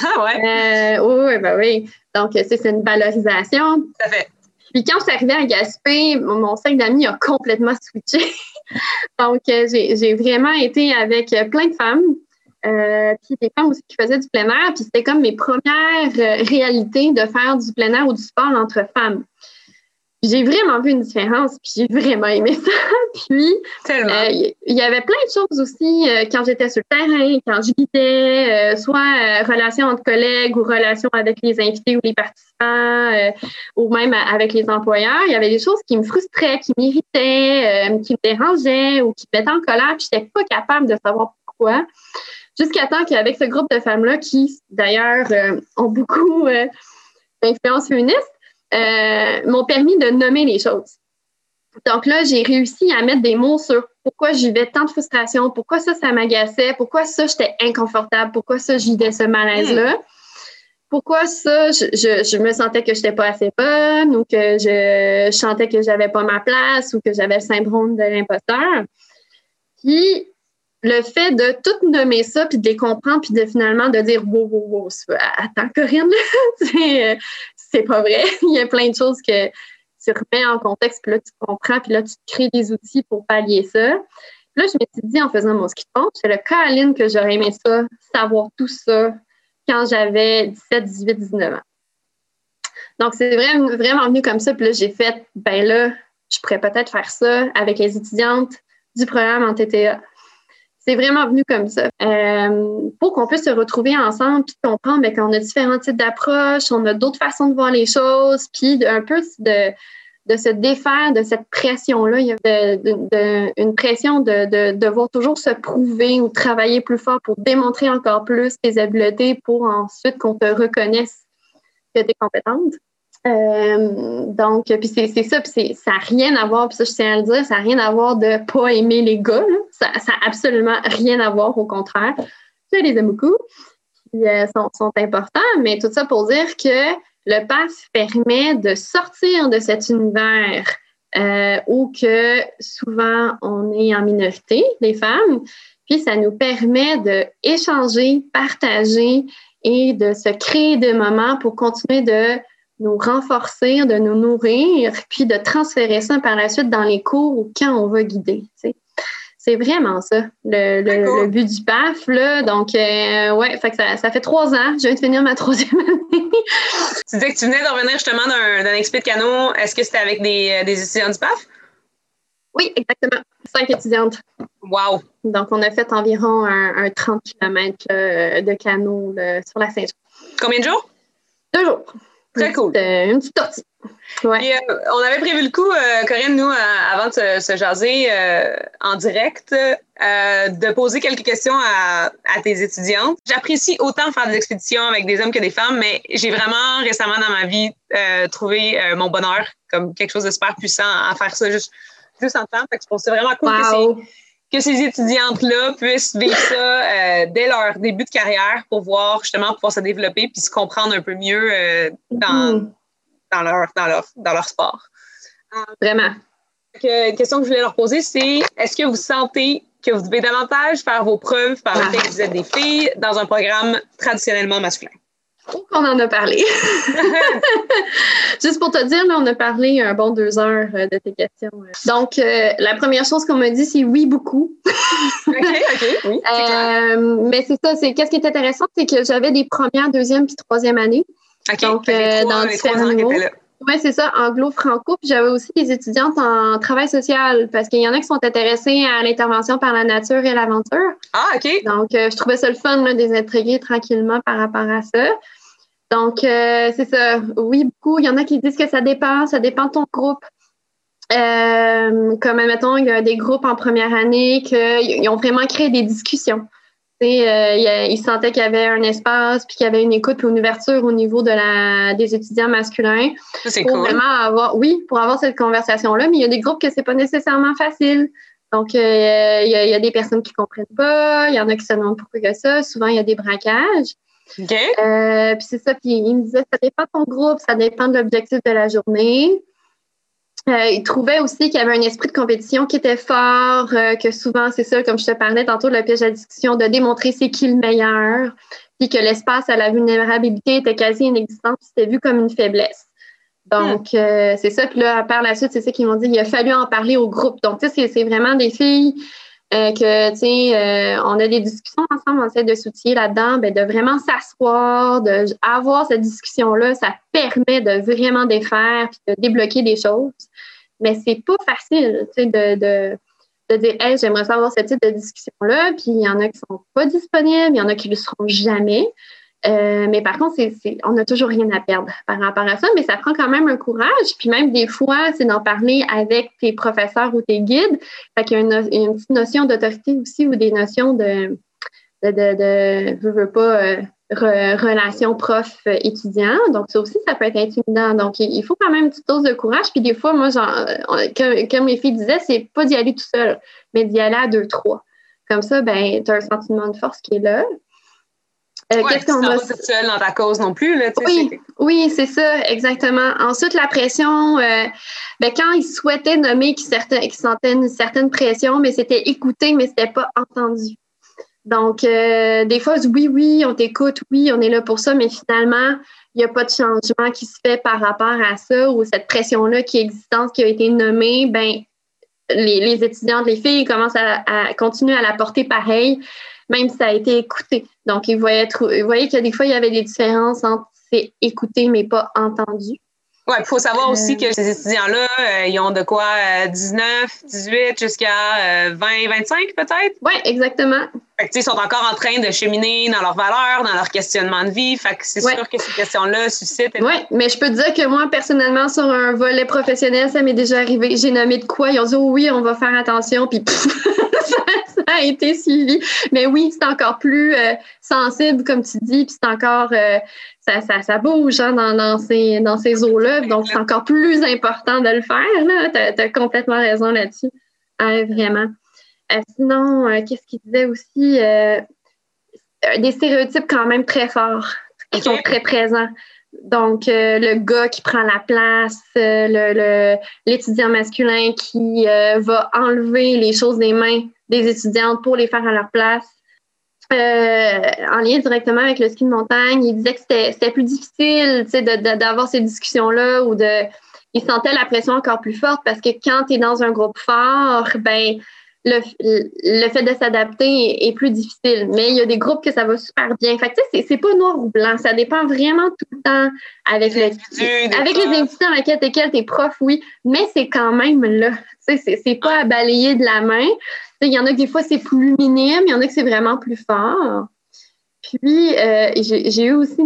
Oui. Donc, c'est une valorisation. Tout à fait. Puis quand je suis arrivée à Gaspé, mon cercle d'amis a complètement switché. Donc, j'ai vraiment été avec plein de femmes. Puis des femmes aussi qui faisaient du plein air. Puis c'était comme mes premières réalités de faire du plein air ou du sport entre femmes. J'ai vraiment vu une différence, puis j'ai vraiment aimé ça. Puis, il y avait plein de choses aussi quand j'étais sur le terrain, quand je guidais, soit relations entre collègues ou relations avec les invités ou les participants, ou même avec les employeurs. Il y avait des choses qui me frustraient, qui m'irritaient, qui me dérangeaient ou qui me mettaient en colère, puis je n'étais pas capable de savoir pourquoi. Jusqu'à temps qu'avec ce groupe de femmes-là, qui d'ailleurs ont beaucoup d'influence féministe, m'ont permis de nommer les choses. Donc là, j'ai réussi à mettre des mots sur pourquoi j'y vivais tant de frustration, pourquoi ça m'agaçait, pourquoi ça, j'étais inconfortable, pourquoi ça, j'y vivais ce malaise-là, pourquoi ça, je me sentais que je n'étais pas assez bonne ou que je sentais que j'avais pas ma place ou que j'avais le syndrome de l'imposteur. Puis, le fait de tout nommer ça, puis de les comprendre, puis de finalement de dire « wow, attends, Corinne, c'est pas vrai. » Il y a plein de choses que tu remets en contexte, puis là, tu comprends, puis là, tu crées des outils pour pallier ça. Puis là, je me suis dit, en faisant mon ski de fond, c'est le Caroline que j'aurais aimé ça, savoir tout ça quand j'avais 17, 18, 19 ans. Donc, c'est vraiment venu comme ça. Puis là, j'ai fait, ben là, je pourrais peut-être faire ça avec les étudiantes du programme en TTA. C'est vraiment venu comme ça. Pour qu'on puisse se retrouver ensemble puis comprendre qu'on a différents types d'approches, on a d'autres façons de voir les choses, puis un peu de se défaire de cette pression-là. Il y a une pression de devoir toujours se prouver ou travailler plus fort pour démontrer encore plus tes habiletés pour ensuite qu'on te reconnaisse que tu es compétente. Donc, puis c'est ça, puis ça n'a rien à voir, puis ça, je tiens à le dire, ça n'a rien à voir de pas aimer les gars, là. Ça n'a absolument rien à voir, au contraire. Je les aime beaucoup, puis sont importants, mais tout ça pour dire que le PAF permet de sortir de cet univers où que souvent on est en minorité, les femmes, puis ça nous permet d'échanger, partager et de se créer des moments pour continuer de nous renforcer, de nous nourrir, puis de transférer ça par la suite dans les cours ou quand on va guider. Tu sais. C'est vraiment ça, le but du PAF. Là. Donc, fait que ça fait 3 ans. Je viens de finir ma 3e année. Tu disais que tu venais de revenir justement d'un expé de canot. Est-ce que c'était avec des étudiants du PAF? Oui, exactement. 5 étudiantes. Wow! Donc, on a fait environ un 30 km de canot sur la Saint-Jean. Combien de jours? 2 jours. Très cool. Une petite sortie. Ouais. Et, on avait prévu le coup, Corinne, nous, avant de se jaser en direct, de poser quelques questions à tes étudiantes. J'apprécie autant faire des expéditions avec des hommes que des femmes, mais j'ai vraiment récemment dans ma vie trouvé mon bonheur comme quelque chose de super puissant à faire ça juste en temps. Fait que je trouve ça vraiment cool que ces étudiantes-là puissent vivre ça dès leur début de carrière pour pouvoir se développer puis se comprendre un peu mieux dans leur sport. Vraiment. Une question que je voulais leur poser, c'est est-ce que vous sentez que vous devez davantage faire vos preuves par le fait que vous êtes des filles dans un programme traditionnellement masculin? On en a parlé. Juste pour te dire, là, on a parlé un bon 2 heures de tes questions. Donc, la première chose qu'on m'a dit, c'est oui, beaucoup. OK, oui, c'est clair. Mais c'est ça, qu'est-ce qui est intéressant, c'est que j'avais des premières, deuxième puis troisième année. OK, donc, dans les 3 ans qui étaient là. Oui, c'est ça, anglo-franco. Puis j'avais aussi des étudiantes en travail social parce qu'il y en a qui sont intéressées à l'intervention par la nature et l'aventure. Ah, OK. Donc, je trouvais ça le fun là, de les intégrer tranquillement par rapport à ça. Donc, c'est ça. Oui, beaucoup. Il y en a qui disent que ça dépend de ton groupe. Comme, admettons, il y a des groupes en première année qui ont vraiment créé des discussions. Ils sentaient qu'il y avait un espace, puis qu'il y avait une écoute puis une ouverture au niveau des étudiants masculins. Ça, c'est pour cool. Vraiment pour avoir cette conversation-là. Mais il y a des groupes que c'est pas nécessairement facile. Donc, il y a des personnes qui comprennent pas. Il y en a qui se demandent pourquoi il y a ça. Souvent, il y a des braquages. OK. Puis c'est ça. Puis il me disait, ça dépend de ton groupe, ça dépend de l'objectif de la journée. Il trouvait aussi qu'il y avait un esprit de compétition qui était fort, que souvent, c'est ça, comme je te parlais tantôt, le piège à discussion, de démontrer c'est qui le meilleur, puis que l'espace à la vulnérabilité était quasi inexistant, puis c'était vu comme une faiblesse. Donc, c'est ça. Puis là, par la suite, c'est ça qu'ils m'ont dit, il a fallu en parler au groupe. Donc, tu sais, c'est vraiment des filles que, tu sais, on a des discussions ensemble, on essaie de s'outiller là-dedans, de vraiment s'asseoir, d'avoir cette discussion-là, ça permet de vraiment défaire puis de débloquer des choses. Mais c'est pas facile, tu sais, de dire, hey, j'aimerais savoir ce type de discussion-là, puis il y en a qui sont pas disponibles, il y en a qui le seront jamais. Mais par contre, on n'a toujours rien à perdre par rapport à ça, mais ça prend quand même un courage. Puis même des fois, c'est d'en parler avec tes professeurs ou tes guides. Fait qu'il y a une petite notion d'autorité aussi ou des notions de relation prof-étudiant. Donc ça aussi, ça peut être intimidant. Donc il faut quand même une petite dose de courage. Puis des fois, moi, comme mes filles disaient, c'est pas d'y aller tout seul, mais d'y aller à 2-3. Comme ça, tu as un sentiment de force qui est là. Qu'est-ce qu'on a... pas toute seule dans ta cause non plus. Là, oui, c'est ça, exactement. Ensuite, la pression, quand ils souhaitaient nommer qu'ils sentaient une certaine pression, mais c'était écouté, mais c'était pas entendu. Donc, des fois, oui, on t'écoute, oui, on est là pour ça, mais finalement, il n'y a pas de changement qui se fait par rapport à ça ou cette pression-là qui est existante, qui a été nommée, les étudiantes, les filles commencent à continuer à la porter pareil, même si ça a été écouté. Donc, ils voyaient que des fois, il y avait des différences entre c'est écouté, mais pas entendu. Oui, il faut savoir aussi que ces étudiants-là, ils ont de quoi 19, 18 jusqu'à 20, 25 peut-être? Oui, exactement. Fait que, ils sont encore en train de cheminer dans leurs valeurs, dans leur questionnement de vie. Fait que c'est sûr que ces questions-là suscitent... Oui, mais je peux te dire que moi, personnellement, sur un volet professionnel, ça m'est déjà arrivé. J'ai nommé de quoi? Ils ont dit, oh, oui, on va faire attention, puis ça a été suivi. Mais oui, c'est encore plus sensible, comme tu dis, puis c'est encore... Ça bouge dans ces eaux-là, donc c'est encore plus important de le faire. Tu as complètement raison là-dessus. Vraiment. Sinon, qu'est-ce qu'il disait aussi? Des stéréotypes quand même très forts, qui sont très présents. Donc, le gars qui prend la place, l'étudiant masculin qui va enlever les choses des mains des étudiantes pour les faire à leur place. en lien directement avec le ski de montagne. Il disait que c'était plus difficile, tu sais, d'avoir ces discussions-là ou il sentait la pression encore plus forte parce que quand tu es dans un groupe fort, ben le fait de s'adapter est plus difficile. Mais il y a des groupes que ça va super bien. Fait que tu sais, c'est pas noir ou blanc. Ça dépend vraiment tout le temps avec les individus dans lesquels t'es prof, oui. Mais c'est quand même là. Tu sais, c'est pas à balayer de la main. Il y en a que des fois, c'est plus minime. Il y en a que c'est vraiment plus fort. Puis, j'ai eu aussi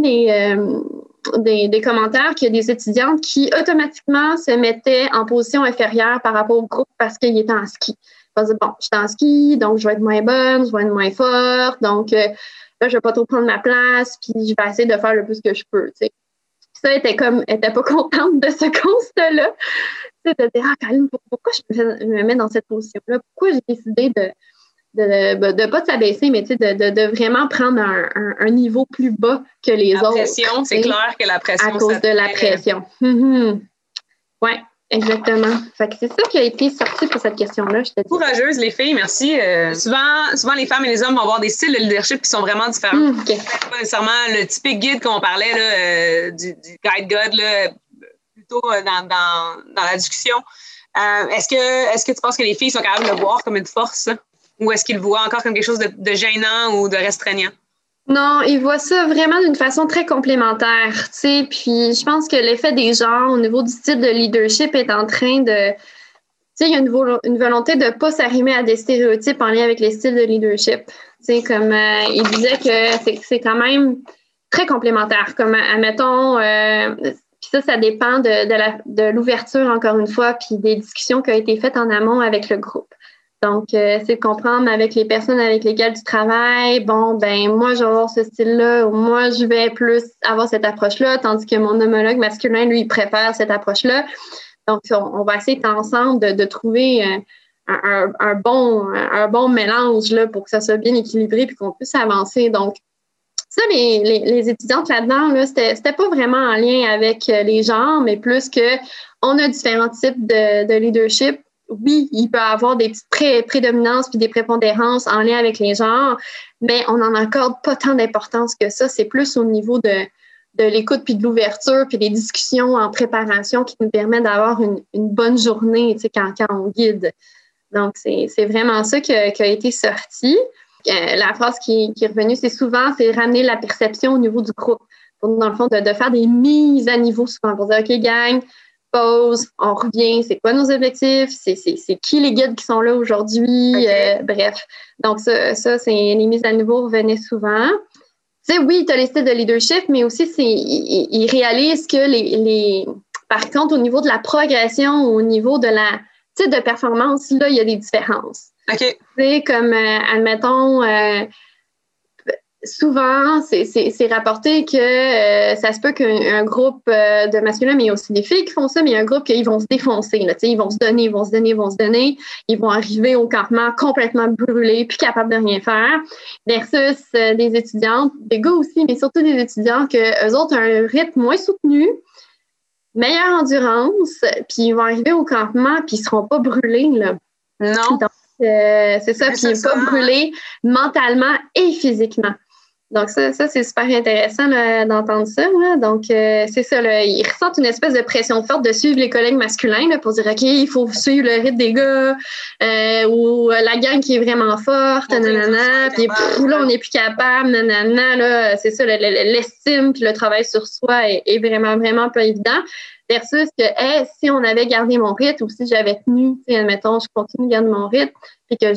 des commentaires qu'il y a des étudiantes qui automatiquement se mettaient en position inférieure par rapport au groupe parce qu'ils étaient en ski. Ils disaient, bon, je suis en ski, donc je vais être moins bonne, je vais être moins forte, donc là, je vais pas trop prendre ma place, puis je vais essayer de faire le plus que je peux. Tu sais. Ça, elle était pas contente de ce constat-là. Tu sais, de dire, Caroline, pourquoi je me mets dans cette position-là? Pourquoi j'ai décidé de pas de s'abaisser, mais tu sais, de vraiment prendre un niveau plus bas que les autres. La pression, c'est clair que la pression... À cause de la pression. Oui, exactement. Fait que c'est ça qui a été sorti pour cette question-là, je te dis. Courageuse, les filles, merci. Souvent, les femmes et les hommes vont avoir des styles de leadership qui sont vraiment différents. Okay. Pas nécessairement le typique guide qu'on parlait, là, du guide God, là, plutôt dans la discussion. Est-ce que tu penses que les filles sont capables de le voir comme une force, ça? Ou est-ce qu'ils le voient encore comme quelque chose de gênant ou de restreignant? Non, ils voient ça vraiment d'une façon très complémentaire, tu sais. Puis je pense que l'effet des genres au niveau du style de leadership est en train de... Tu sais, il y a une volonté de ne pas s'arrimer à des stéréotypes en lien avec les styles de leadership. Tu sais, comme il disait que c'est quand même très complémentaire. Comme, admettons... puis ça dépend de l'ouverture, encore une fois, puis des discussions qui ont été faites en amont avec le groupe. Donc, c'est de comprendre avec les personnes avec lesquelles tu travailles, bon, ben moi, je vais avoir ce style-là, ou moi, je vais plus avoir cette approche-là, tandis que mon homologue masculin, lui, il préfère cette approche-là. Donc, on va essayer ensemble de trouver un bon mélange là, pour que ça soit bien équilibré puis qu'on puisse avancer. Donc, ça, les étudiantes là-dedans, là, c'était pas vraiment en lien avec les genres, mais plus que on a différents types de leadership. Oui, il peut y avoir des petites prédominances puis des prépondérances en lien avec les genres, mais on n'en accorde pas tant d'importance que ça. C'est plus au niveau de l'écoute puis de l'ouverture puis des discussions en préparation qui nous permettent d'avoir une bonne journée, tu sais, quand on guide. Donc, c'est vraiment ça qui a été sorti. La phrase qui est revenue, c'est ramener la perception au niveau du groupe. Pour, dans le fond, de faire des mises à niveau souvent pour dire, OK, gang, pause, on revient, c'est quoi nos objectifs, c'est qui les guides qui sont là aujourd'hui, okay. Bref. Donc ça c'est les mises à niveau revenaient souvent. Tu sais, oui, tu as les styles de leadership, mais aussi ils réalisent que par contre, au niveau de la progression, au niveau de la type de performance, là, il y a des différences. OK. Tu sais, comme, admettons, souvent, c'est rapporté que ça se peut qu'un groupe de masculins, mais il y a aussi des filles qui font ça, mais il y a un groupe qu'ils vont se défoncer. Là, ils vont se donner. Ils vont arriver au campement complètement brûlés, plus capables de rien faire, versus des étudiantes, des gars aussi, mais surtout des étudiants qu'eux autres ont un rythme moins soutenu, meilleure endurance, puis ils vont arriver au campement, puis ils ne seront pas brûlés. Là. Non. Donc, c'est ça, puis pas brûlés mentalement et physiquement. Donc, ça c'est super intéressant là, d'entendre ça. Là. Donc, c'est ça, là, ils ressentent une espèce de pression forte de suivre les collègues masculins là, pour dire, OK, il faut suivre le rythme des gars ou la gang qui est vraiment forte, nanana, puis là, on n'est plus capable, nanana, là, c'est ça, l'estime puis le travail sur soi est vraiment, vraiment pas évident. Versus que, si on avait gardé mon rythme ou si j'avais tenu, admettons, je continue de garder mon rythme, puis que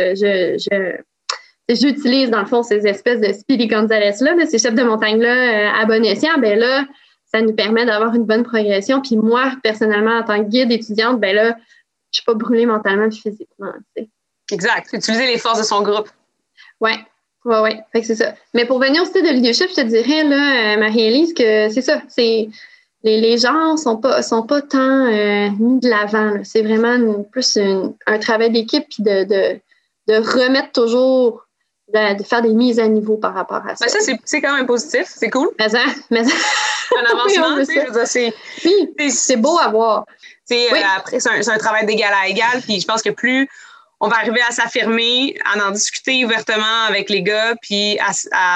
j'utilise, dans le fond, ces espèces de Speedy Gonzales-là, ces chefs de montagne-là à bon escient, ben là, ça nous permet d'avoir une bonne progression. Puis moi, personnellement, en tant que guide étudiante, ben là, je suis pas brûlée mentalement et physiquement. T'sais. Exact. Utiliser les forces de son groupe. Oui. Fait que c'est ça. Mais pour venir au style de leadership, je te dirais, là, Marie-Élise, que c'est ça. Les genres sont pas tant mis de l'avant. Là. C'est vraiment plus un travail d'équipe puis de remettre toujours, de faire des mises à niveau par rapport à ça. Ben ça, c'est quand même positif. C'est cool. Mais un avancement, tu sais, je veux dire, c'est beau à voir. Oui. Après, c'est un travail d'égal à égal, puis je pense que plus on va arriver à s'affirmer, à en discuter ouvertement avec les gars, puis à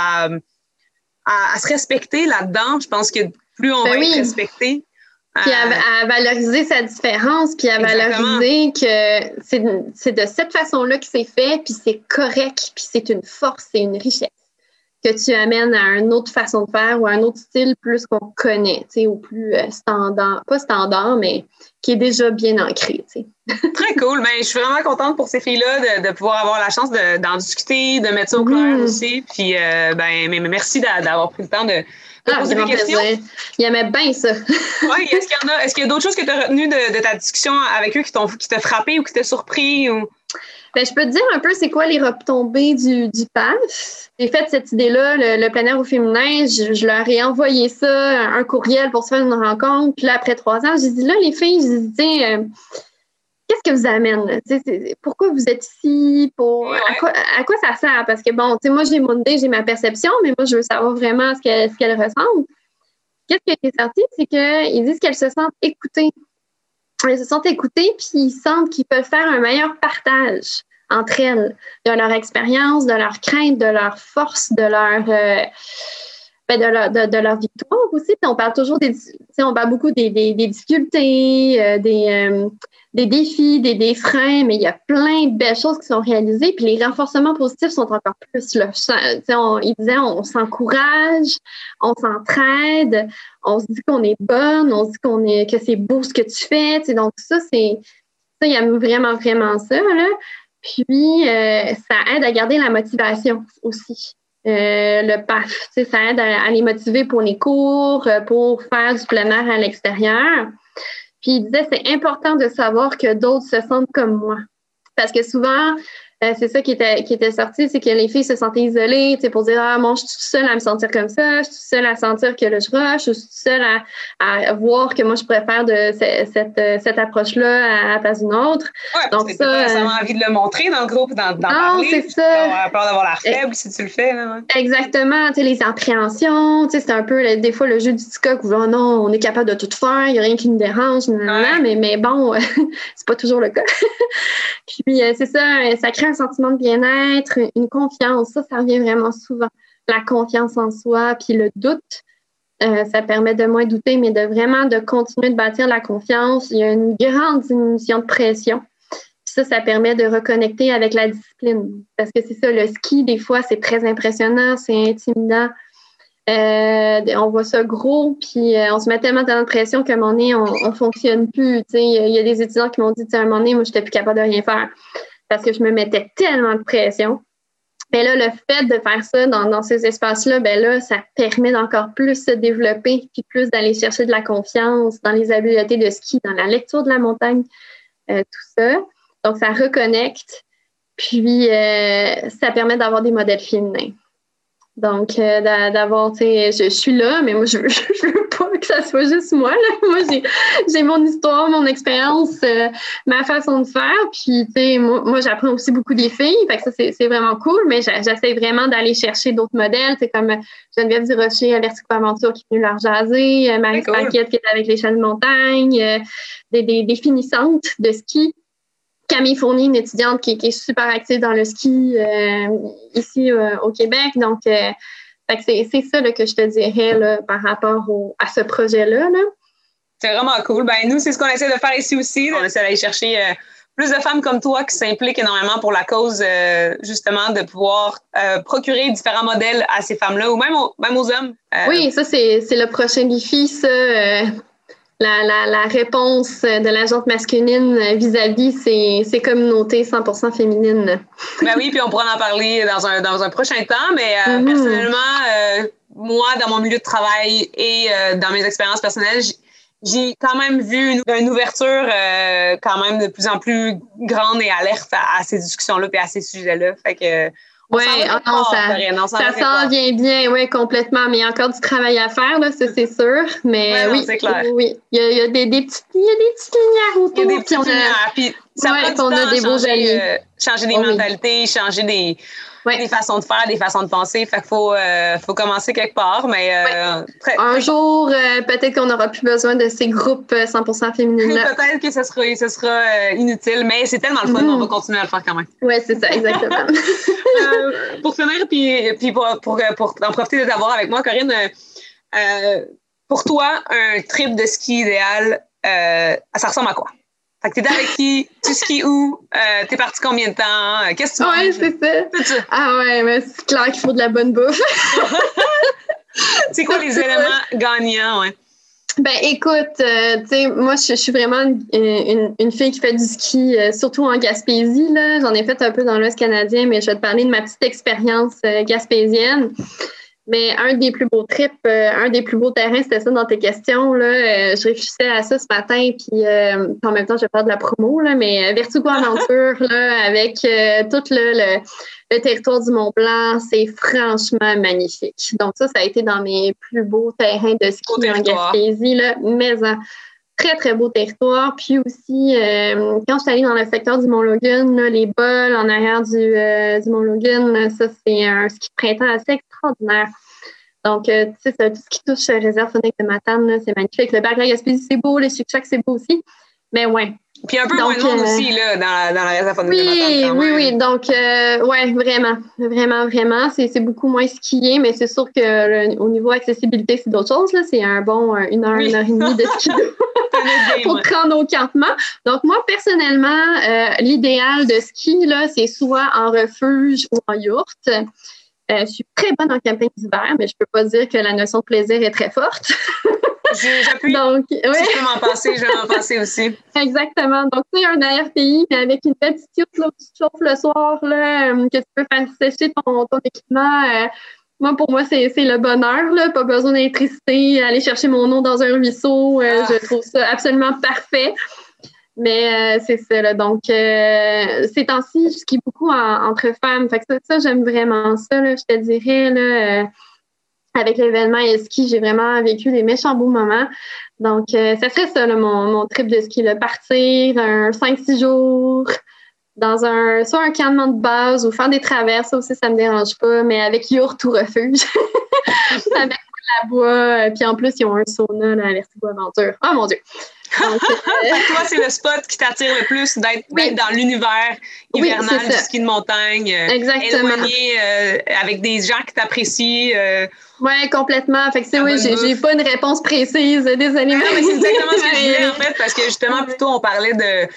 se respecter là-dedans. Je pense que plus on va être respecté. Puis à valoriser sa différence, puis à valoriser que c'est de cette façon-là que c'est fait, puis c'est correct, puis c'est une force, c'est une richesse que tu amènes à une autre façon de faire ou à un autre style plus qu'on connaît, tu sais, ou plus standard, pas standard, mais qui est déjà bien ancré, tu sais. Très cool. Ben, je suis vraiment contente pour ces filles-là de pouvoir avoir la chance d'en discuter, de mettre ça au clair aussi. Puis, mais merci d'avoir pris le temps de poser des questions. Il aimait bien ça. Oui, est-ce qu'il y a d'autres choses que tu as retenues de ta discussion avec eux qui t'a frappé ou qui t'a surpris? Ou... Ben, je peux te dire un peu c'est quoi les retombées du PAF. J'ai fait cette idée-là, le plein air au féminin. Je leur ai envoyé ça, un courriel pour se faire une rencontre. Puis là, après 3 ans, j'ai dit là, les filles, j'ai dit, qu'est-ce que vous amène? Pourquoi vous êtes ici? À quoi ça sert? Parce que bon, moi, j'ai mon idée, j'ai ma perception, mais moi, je veux savoir vraiment ce qu'elles ressentent. Qu'est-ce qui a été sorti? C'est qu'ils disent qu'elles se sentent écoutées. Elles se sentent écoutées, puis ils sentent qu'ils peuvent faire un meilleur partage entre elles, de leur expérience, de leur crainte, de leur force, de leur victoire aussi. Puis on parle toujours on parle beaucoup des difficultés, des défis, des freins, mais il y a plein de belles choses qui sont réalisées. Puis les renforcements positifs sont encore plus là. Ils disaient on s'encourage, on s'entraide, on se dit qu'on est bonne, on se dit que c'est beau ce que tu fais. Donc ça, il y a vraiment, vraiment ça, là. Puis, ça aide à garder la motivation aussi. Le PAF, ça aide à les motiver pour les cours, pour faire du plein air à l'extérieur. Puis, il disait, c'est important de savoir que d'autres se sentent comme moi. Parce que souvent, c'est ça qui était sorti, c'est que les filles se sentaient isolées, pour dire, moi, je suis toute seule à me sentir comme ça, je suis toute seule à sentir que là, je rush, je suis toute seule à voir que moi, je préfère de cette approche-là à la place d'une autre. Oui, parce que tu n'as pas nécessairement envie de le montrer dans le groupe, d'en parler. C'est ça. Tu as peur d'avoir l'air faible si tu le fais. Là, ouais. Exactement. Les appréhensions, c'est un peu des fois le jeu du petit coq où non, on est capable de tout faire, il n'y a rien qui nous dérange, mais bon, c'est pas toujours le cas. Puis c'est ça crée un sentiment de bien-être, une confiance. Ça revient vraiment souvent. La confiance en soi, puis le doute, ça permet de moins douter, mais de continuer de bâtir la confiance. Il y a une grande diminution de pression. Puis ça permet de reconnecter avec la discipline. Parce que c'est ça, le ski, des fois, c'est très impressionnant, c'est intimidant. On voit ça gros, puis on se met tellement de pression qu'à un moment donné, on fonctionne plus. Il y a des étudiants qui m'ont dit, à un moment donné, moi, je n'étais plus capable de rien faire parce que je me mettais tellement de pression. Mais là, le fait de faire ça dans ces espaces-là, ça permet d'encore plus se développer, puis plus d'aller chercher de la confiance dans les habiletés de ski, dans la lecture de la montagne, tout ça. Donc, ça reconnecte, puis ça permet d'avoir des modèles féminins. Donc, d'avoir, je suis là, mais moi, je veux pas que ça soit juste moi, là. Moi, j'ai mon histoire, mon expérience, ma façon de faire. Puis, moi, j'apprends aussi beaucoup des filles. Fait que ça, c'est vraiment cool, mais j'essaie vraiment d'aller chercher d'autres modèles. C'est comme Geneviève Durocher à Vertigo Aventure qui est venue leur jaser, Marie Paquette qui est avec les chaînes de montagne, des finissantes de ski. Camille Fournier, une étudiante qui est super active dans le ski ici au Québec. Donc, c'est ça là, que je te dirais là, par rapport à ce projet-là. Là. C'est vraiment cool. Nous, c'est ce qu'on essaie de faire ici aussi. On essaie d'aller chercher plus de femmes comme toi qui s'impliquent énormément pour la cause, justement, de pouvoir procurer différents modèles à ces femmes-là ou même aux hommes. Oui, ça, c'est le prochain défi, ça. La réponse de la gente masculine vis-à-vis ces communautés 100% féminines. Oui, puis on pourra en parler dans un prochain temps, mais personnellement, moi, dans mon milieu de travail et dans mes expériences personnelles, j'ai quand même vu une ouverture quand même de plus en plus grande et alerte à ces discussions-là et à ces sujets-là. Fait que oui, ça s'en vient bien, oui, complètement. Mais il y a encore du travail à faire, là, ça, c'est sûr. Mais oui, c'est clair. Oui, il y a des petites lumières autour. Il y a des petites lumières. Puis ça prend du temps a des beaux alliés. changer des mentalités, changer des façons de faire, des façons de penser. Fait qu'il faut commencer quelque part. Mais un jour, peut-être qu'on n'aura plus besoin de ces groupes 100% féminins. Peut-être que ce sera inutile, mais c'est tellement le fun, on va continuer à le faire quand même. Oui, c'est ça, exactement. Pour finir, puis pour en profiter de t'avoir avec moi, Corinne, pour toi, un trip de ski idéal, ça ressemble à quoi? Fait que t'es avec qui? Tu skis où? T'es parti combien de temps? Qu'est-ce que tu manges? Oui, c'est ça. Ah ouais, mais c'est clair qu'il faut de la bonne bouffe. C'est quoi les éléments gagnants? Ouais. Ben écoute, tu sais, moi je suis vraiment une fille qui fait du ski, surtout en Gaspésie, là. J'en ai fait un peu dans l'Ouest canadien, mais je vais te parler de ma petite expérience gaspésienne. Mais un des plus beaux trips, un des plus beaux terrains, c'était ça dans tes questions, là. Je réfléchissais à ça ce matin, puis en même temps, je vais faire de la promo, là, mais Vertigo Aventure, là, avec tout le territoire du Mont-Blanc, c'est franchement magnifique. Donc ça a été dans mes plus beaux terrains de ski en Gaspésie, là, mais très, très beau territoire. Puis aussi, quand je suis allée dans le secteur du Mont-Logan, là, les bols en arrière du Mont-Logan, ça, c'est un ski de printemps assez extraordinaire. Donc, tu sais, tout ce qui touche réserve phonique de Matane, là, c'est magnifique. Le Bac de la Gaspésie, c'est beau. Les Chic-Chac, c'est beau aussi. Mais ouais. Puis un peu moins de monde aussi, là, dans la réserve phonique de Matane. Oui. Donc, ouais, vraiment. Vraiment, vraiment. C'est beaucoup moins skié, mais c'est sûr que au niveau accessibilité, c'est d'autres choses, là. C'est un bon 1 heure, 1 heure et demie de ski pour te rendre au campement. Donc, moi, personnellement, l'idéal de ski, là, c'est soit en refuge ou en yourte. Je suis très bonne en camping d'hiver, mais je peux pas dire que la notion de plaisir est très forte. J'appuie. Donc, si je peux m'en passer, je vais m'en passer aussi. Exactement. Donc, tu sais, un ARPI, mais avec une petite yourte là, où tu te chauffes le soir, là, que tu peux faire sécher ton équipement. Pour moi, c'est le bonheur, là. Pas besoin d'électricité, aller chercher mon eau dans un ruisseau. Je trouve ça absolument parfait. Mais c'est ça, là. Donc, ces temps-ci, je skie beaucoup entre femmes. Fait que ça, j'aime vraiment ça, là. Je te dirais, là, avec l'événement ski, j'ai vraiment vécu des méchants beaux moments. Donc, ça serait ça, là, mon trip de ski, là. Partir un 5-6 jours dans soit un campement de base ou faire des traverses, ça aussi, ça me dérange pas, mais avec yourte ou refuge. Avec la bois. Puis en plus, ils ont un sauna, là, à Vertigo Aventure. Oh mon Dieu! Donc, toi, c'est le spot qui t'attire le plus d'être dans l'univers hivernal du ski de montagne. Exactement. Éloigné avec des gens qui t'apprécient. Oui, complètement. Fait que j'ai pas une réponse précise. Désolée. Non, mais c'est exactement ce que je voulais, en fait, parce que justement, plutôt, on parlait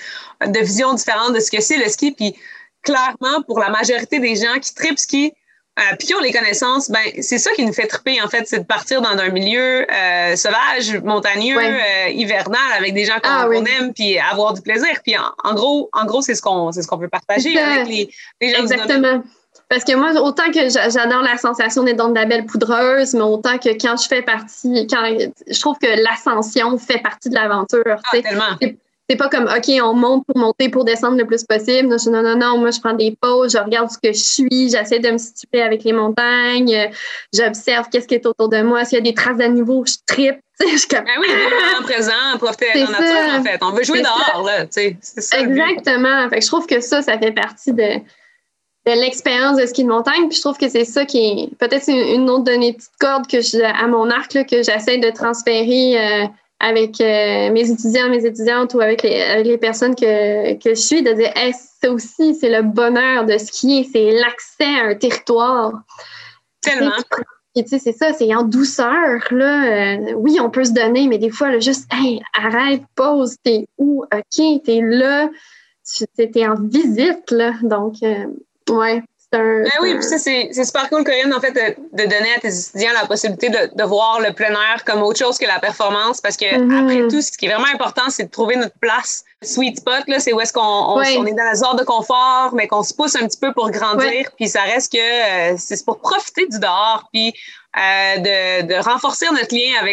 de visions différentes de ce que c'est le ski. Puis clairement, pour la majorité des gens qui trippent ski, puis qui ont les connaissances, ben c'est ça qui nous fait tripper, en fait, c'est de partir dans un milieu sauvage, montagneux, hivernal, avec des gens qu'on aime, puis avoir du plaisir. Puis en gros, c'est ce qu'on veut partager avec les gens. Exactement. Parce que moi, autant que j'adore la sensation d'être dans de la belle poudreuse, mais autant que quand je fais partie, je trouve que l'ascension fait partie de l'aventure. Tellement. C'est pas comme, OK, on monte pour monter, pour descendre le plus possible. Non. Moi, je prends des pauses, je regarde ce que je suis, j'essaie de me situer avec les montagnes, j'observe qu'est-ce qui est autour de moi. S'il y a des traces de niveau, je trippe. Je suis comme, oui, vraiment présent, profiter de la nature, en fait. On veut jouer dehors, là. C'est ça. Exactement. Fait que je trouve que ça fait partie de l'expérience de ski de montagne. Puis je trouve que c'est ça qui est peut-être une autre de mes petites cordes à mon arc là, que j'essaie de transférer avec mes étudiants, mes étudiantes ou avec les personnes que je suis, de dire ça aussi, c'est le bonheur de skier, c'est l'accès à un territoire. Tellement. Et tu sais, c'est ça, c'est en douceur, là. Oui, on peut se donner, mais des fois, là, juste, arrête, pause, t'es où? OK, t'es là, t'es en visite, là. Donc, ouais. Oui, puis ça, c'est super cool, Corinne, en fait, de donner à tes étudiants la possibilité de voir le plein air comme autre chose que la performance, parce que après tout, ce qui est vraiment important, c'est de trouver notre place. Sweet spot, là, c'est où est-ce qu'on est dans la zone de confort, mais qu'on se pousse un petit peu pour grandir, puis ça reste que c'est pour profiter du dehors, puis de renforcer notre lien avec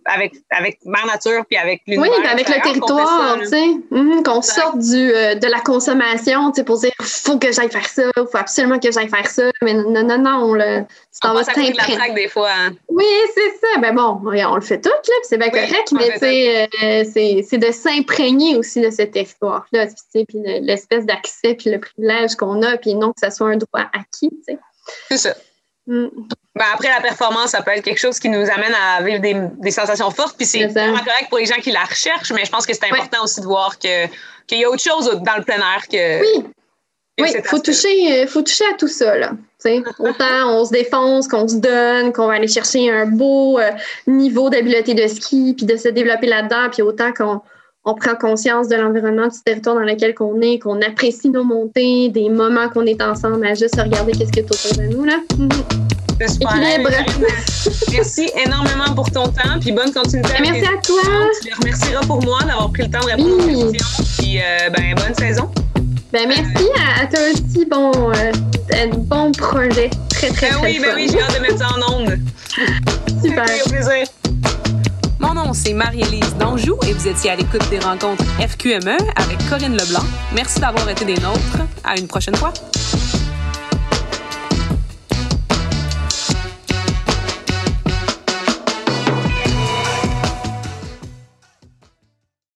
avec Mère Nature puis avec l'univers. Oui, avec le territoire, tu sais, qu'on sorte de la consommation, tu sais, pour dire faut que j'aille faire ça, faut absolument que j'aille faire ça, mais non, là, tu t'en vas t'imprégner. La traque des fois. Hein? Oui, c'est ça. Ben bon, on le fait tout, là, puis c'est bien correct, mais c'est de s'imprégner aussi de ce territoire-là, tu sais, puis l'espèce d'accès puis le privilège qu'on a, puis non que ça soit un droit acquis, tu sais. C'est ça. Ben après, la performance, ça peut être quelque chose qui nous amène à vivre des sensations fortes. Puis c'est vraiment correct pour les gens qui la recherchent, mais je pense que c'est important aussi de voir qu'il y a autre chose dans le plein air que. Oui, faut toucher à tout ça, là. Autant on se défonce, qu'on se donne, qu'on va aller chercher un beau niveau d'habileté de ski, puis de se développer là-dedans, puis autant qu'on prend conscience de l'environnement, du territoire dans lequel on est, qu'on apprécie nos montées, des moments qu'on est ensemble à juste regarder qu'est-ce qu'il y a autour de nous, là. C'est super. Équilibre. Merci énormément pour ton temps, puis bonne continuité. Merci à toi. Tu les remercieras pour moi d'avoir pris le temps de répondre aux questions, puis bonne saison. Merci à toi aussi. Bon projet. Très, très, très oui, j'ai hâte de mettre ça en ondes. Super. Au plaisir. Mon nom, c'est Marie-Élise Danjou et vous étiez à l'écoute des rencontres FQME avec Corinne Leblanc. Merci d'avoir été des nôtres. À une prochaine fois.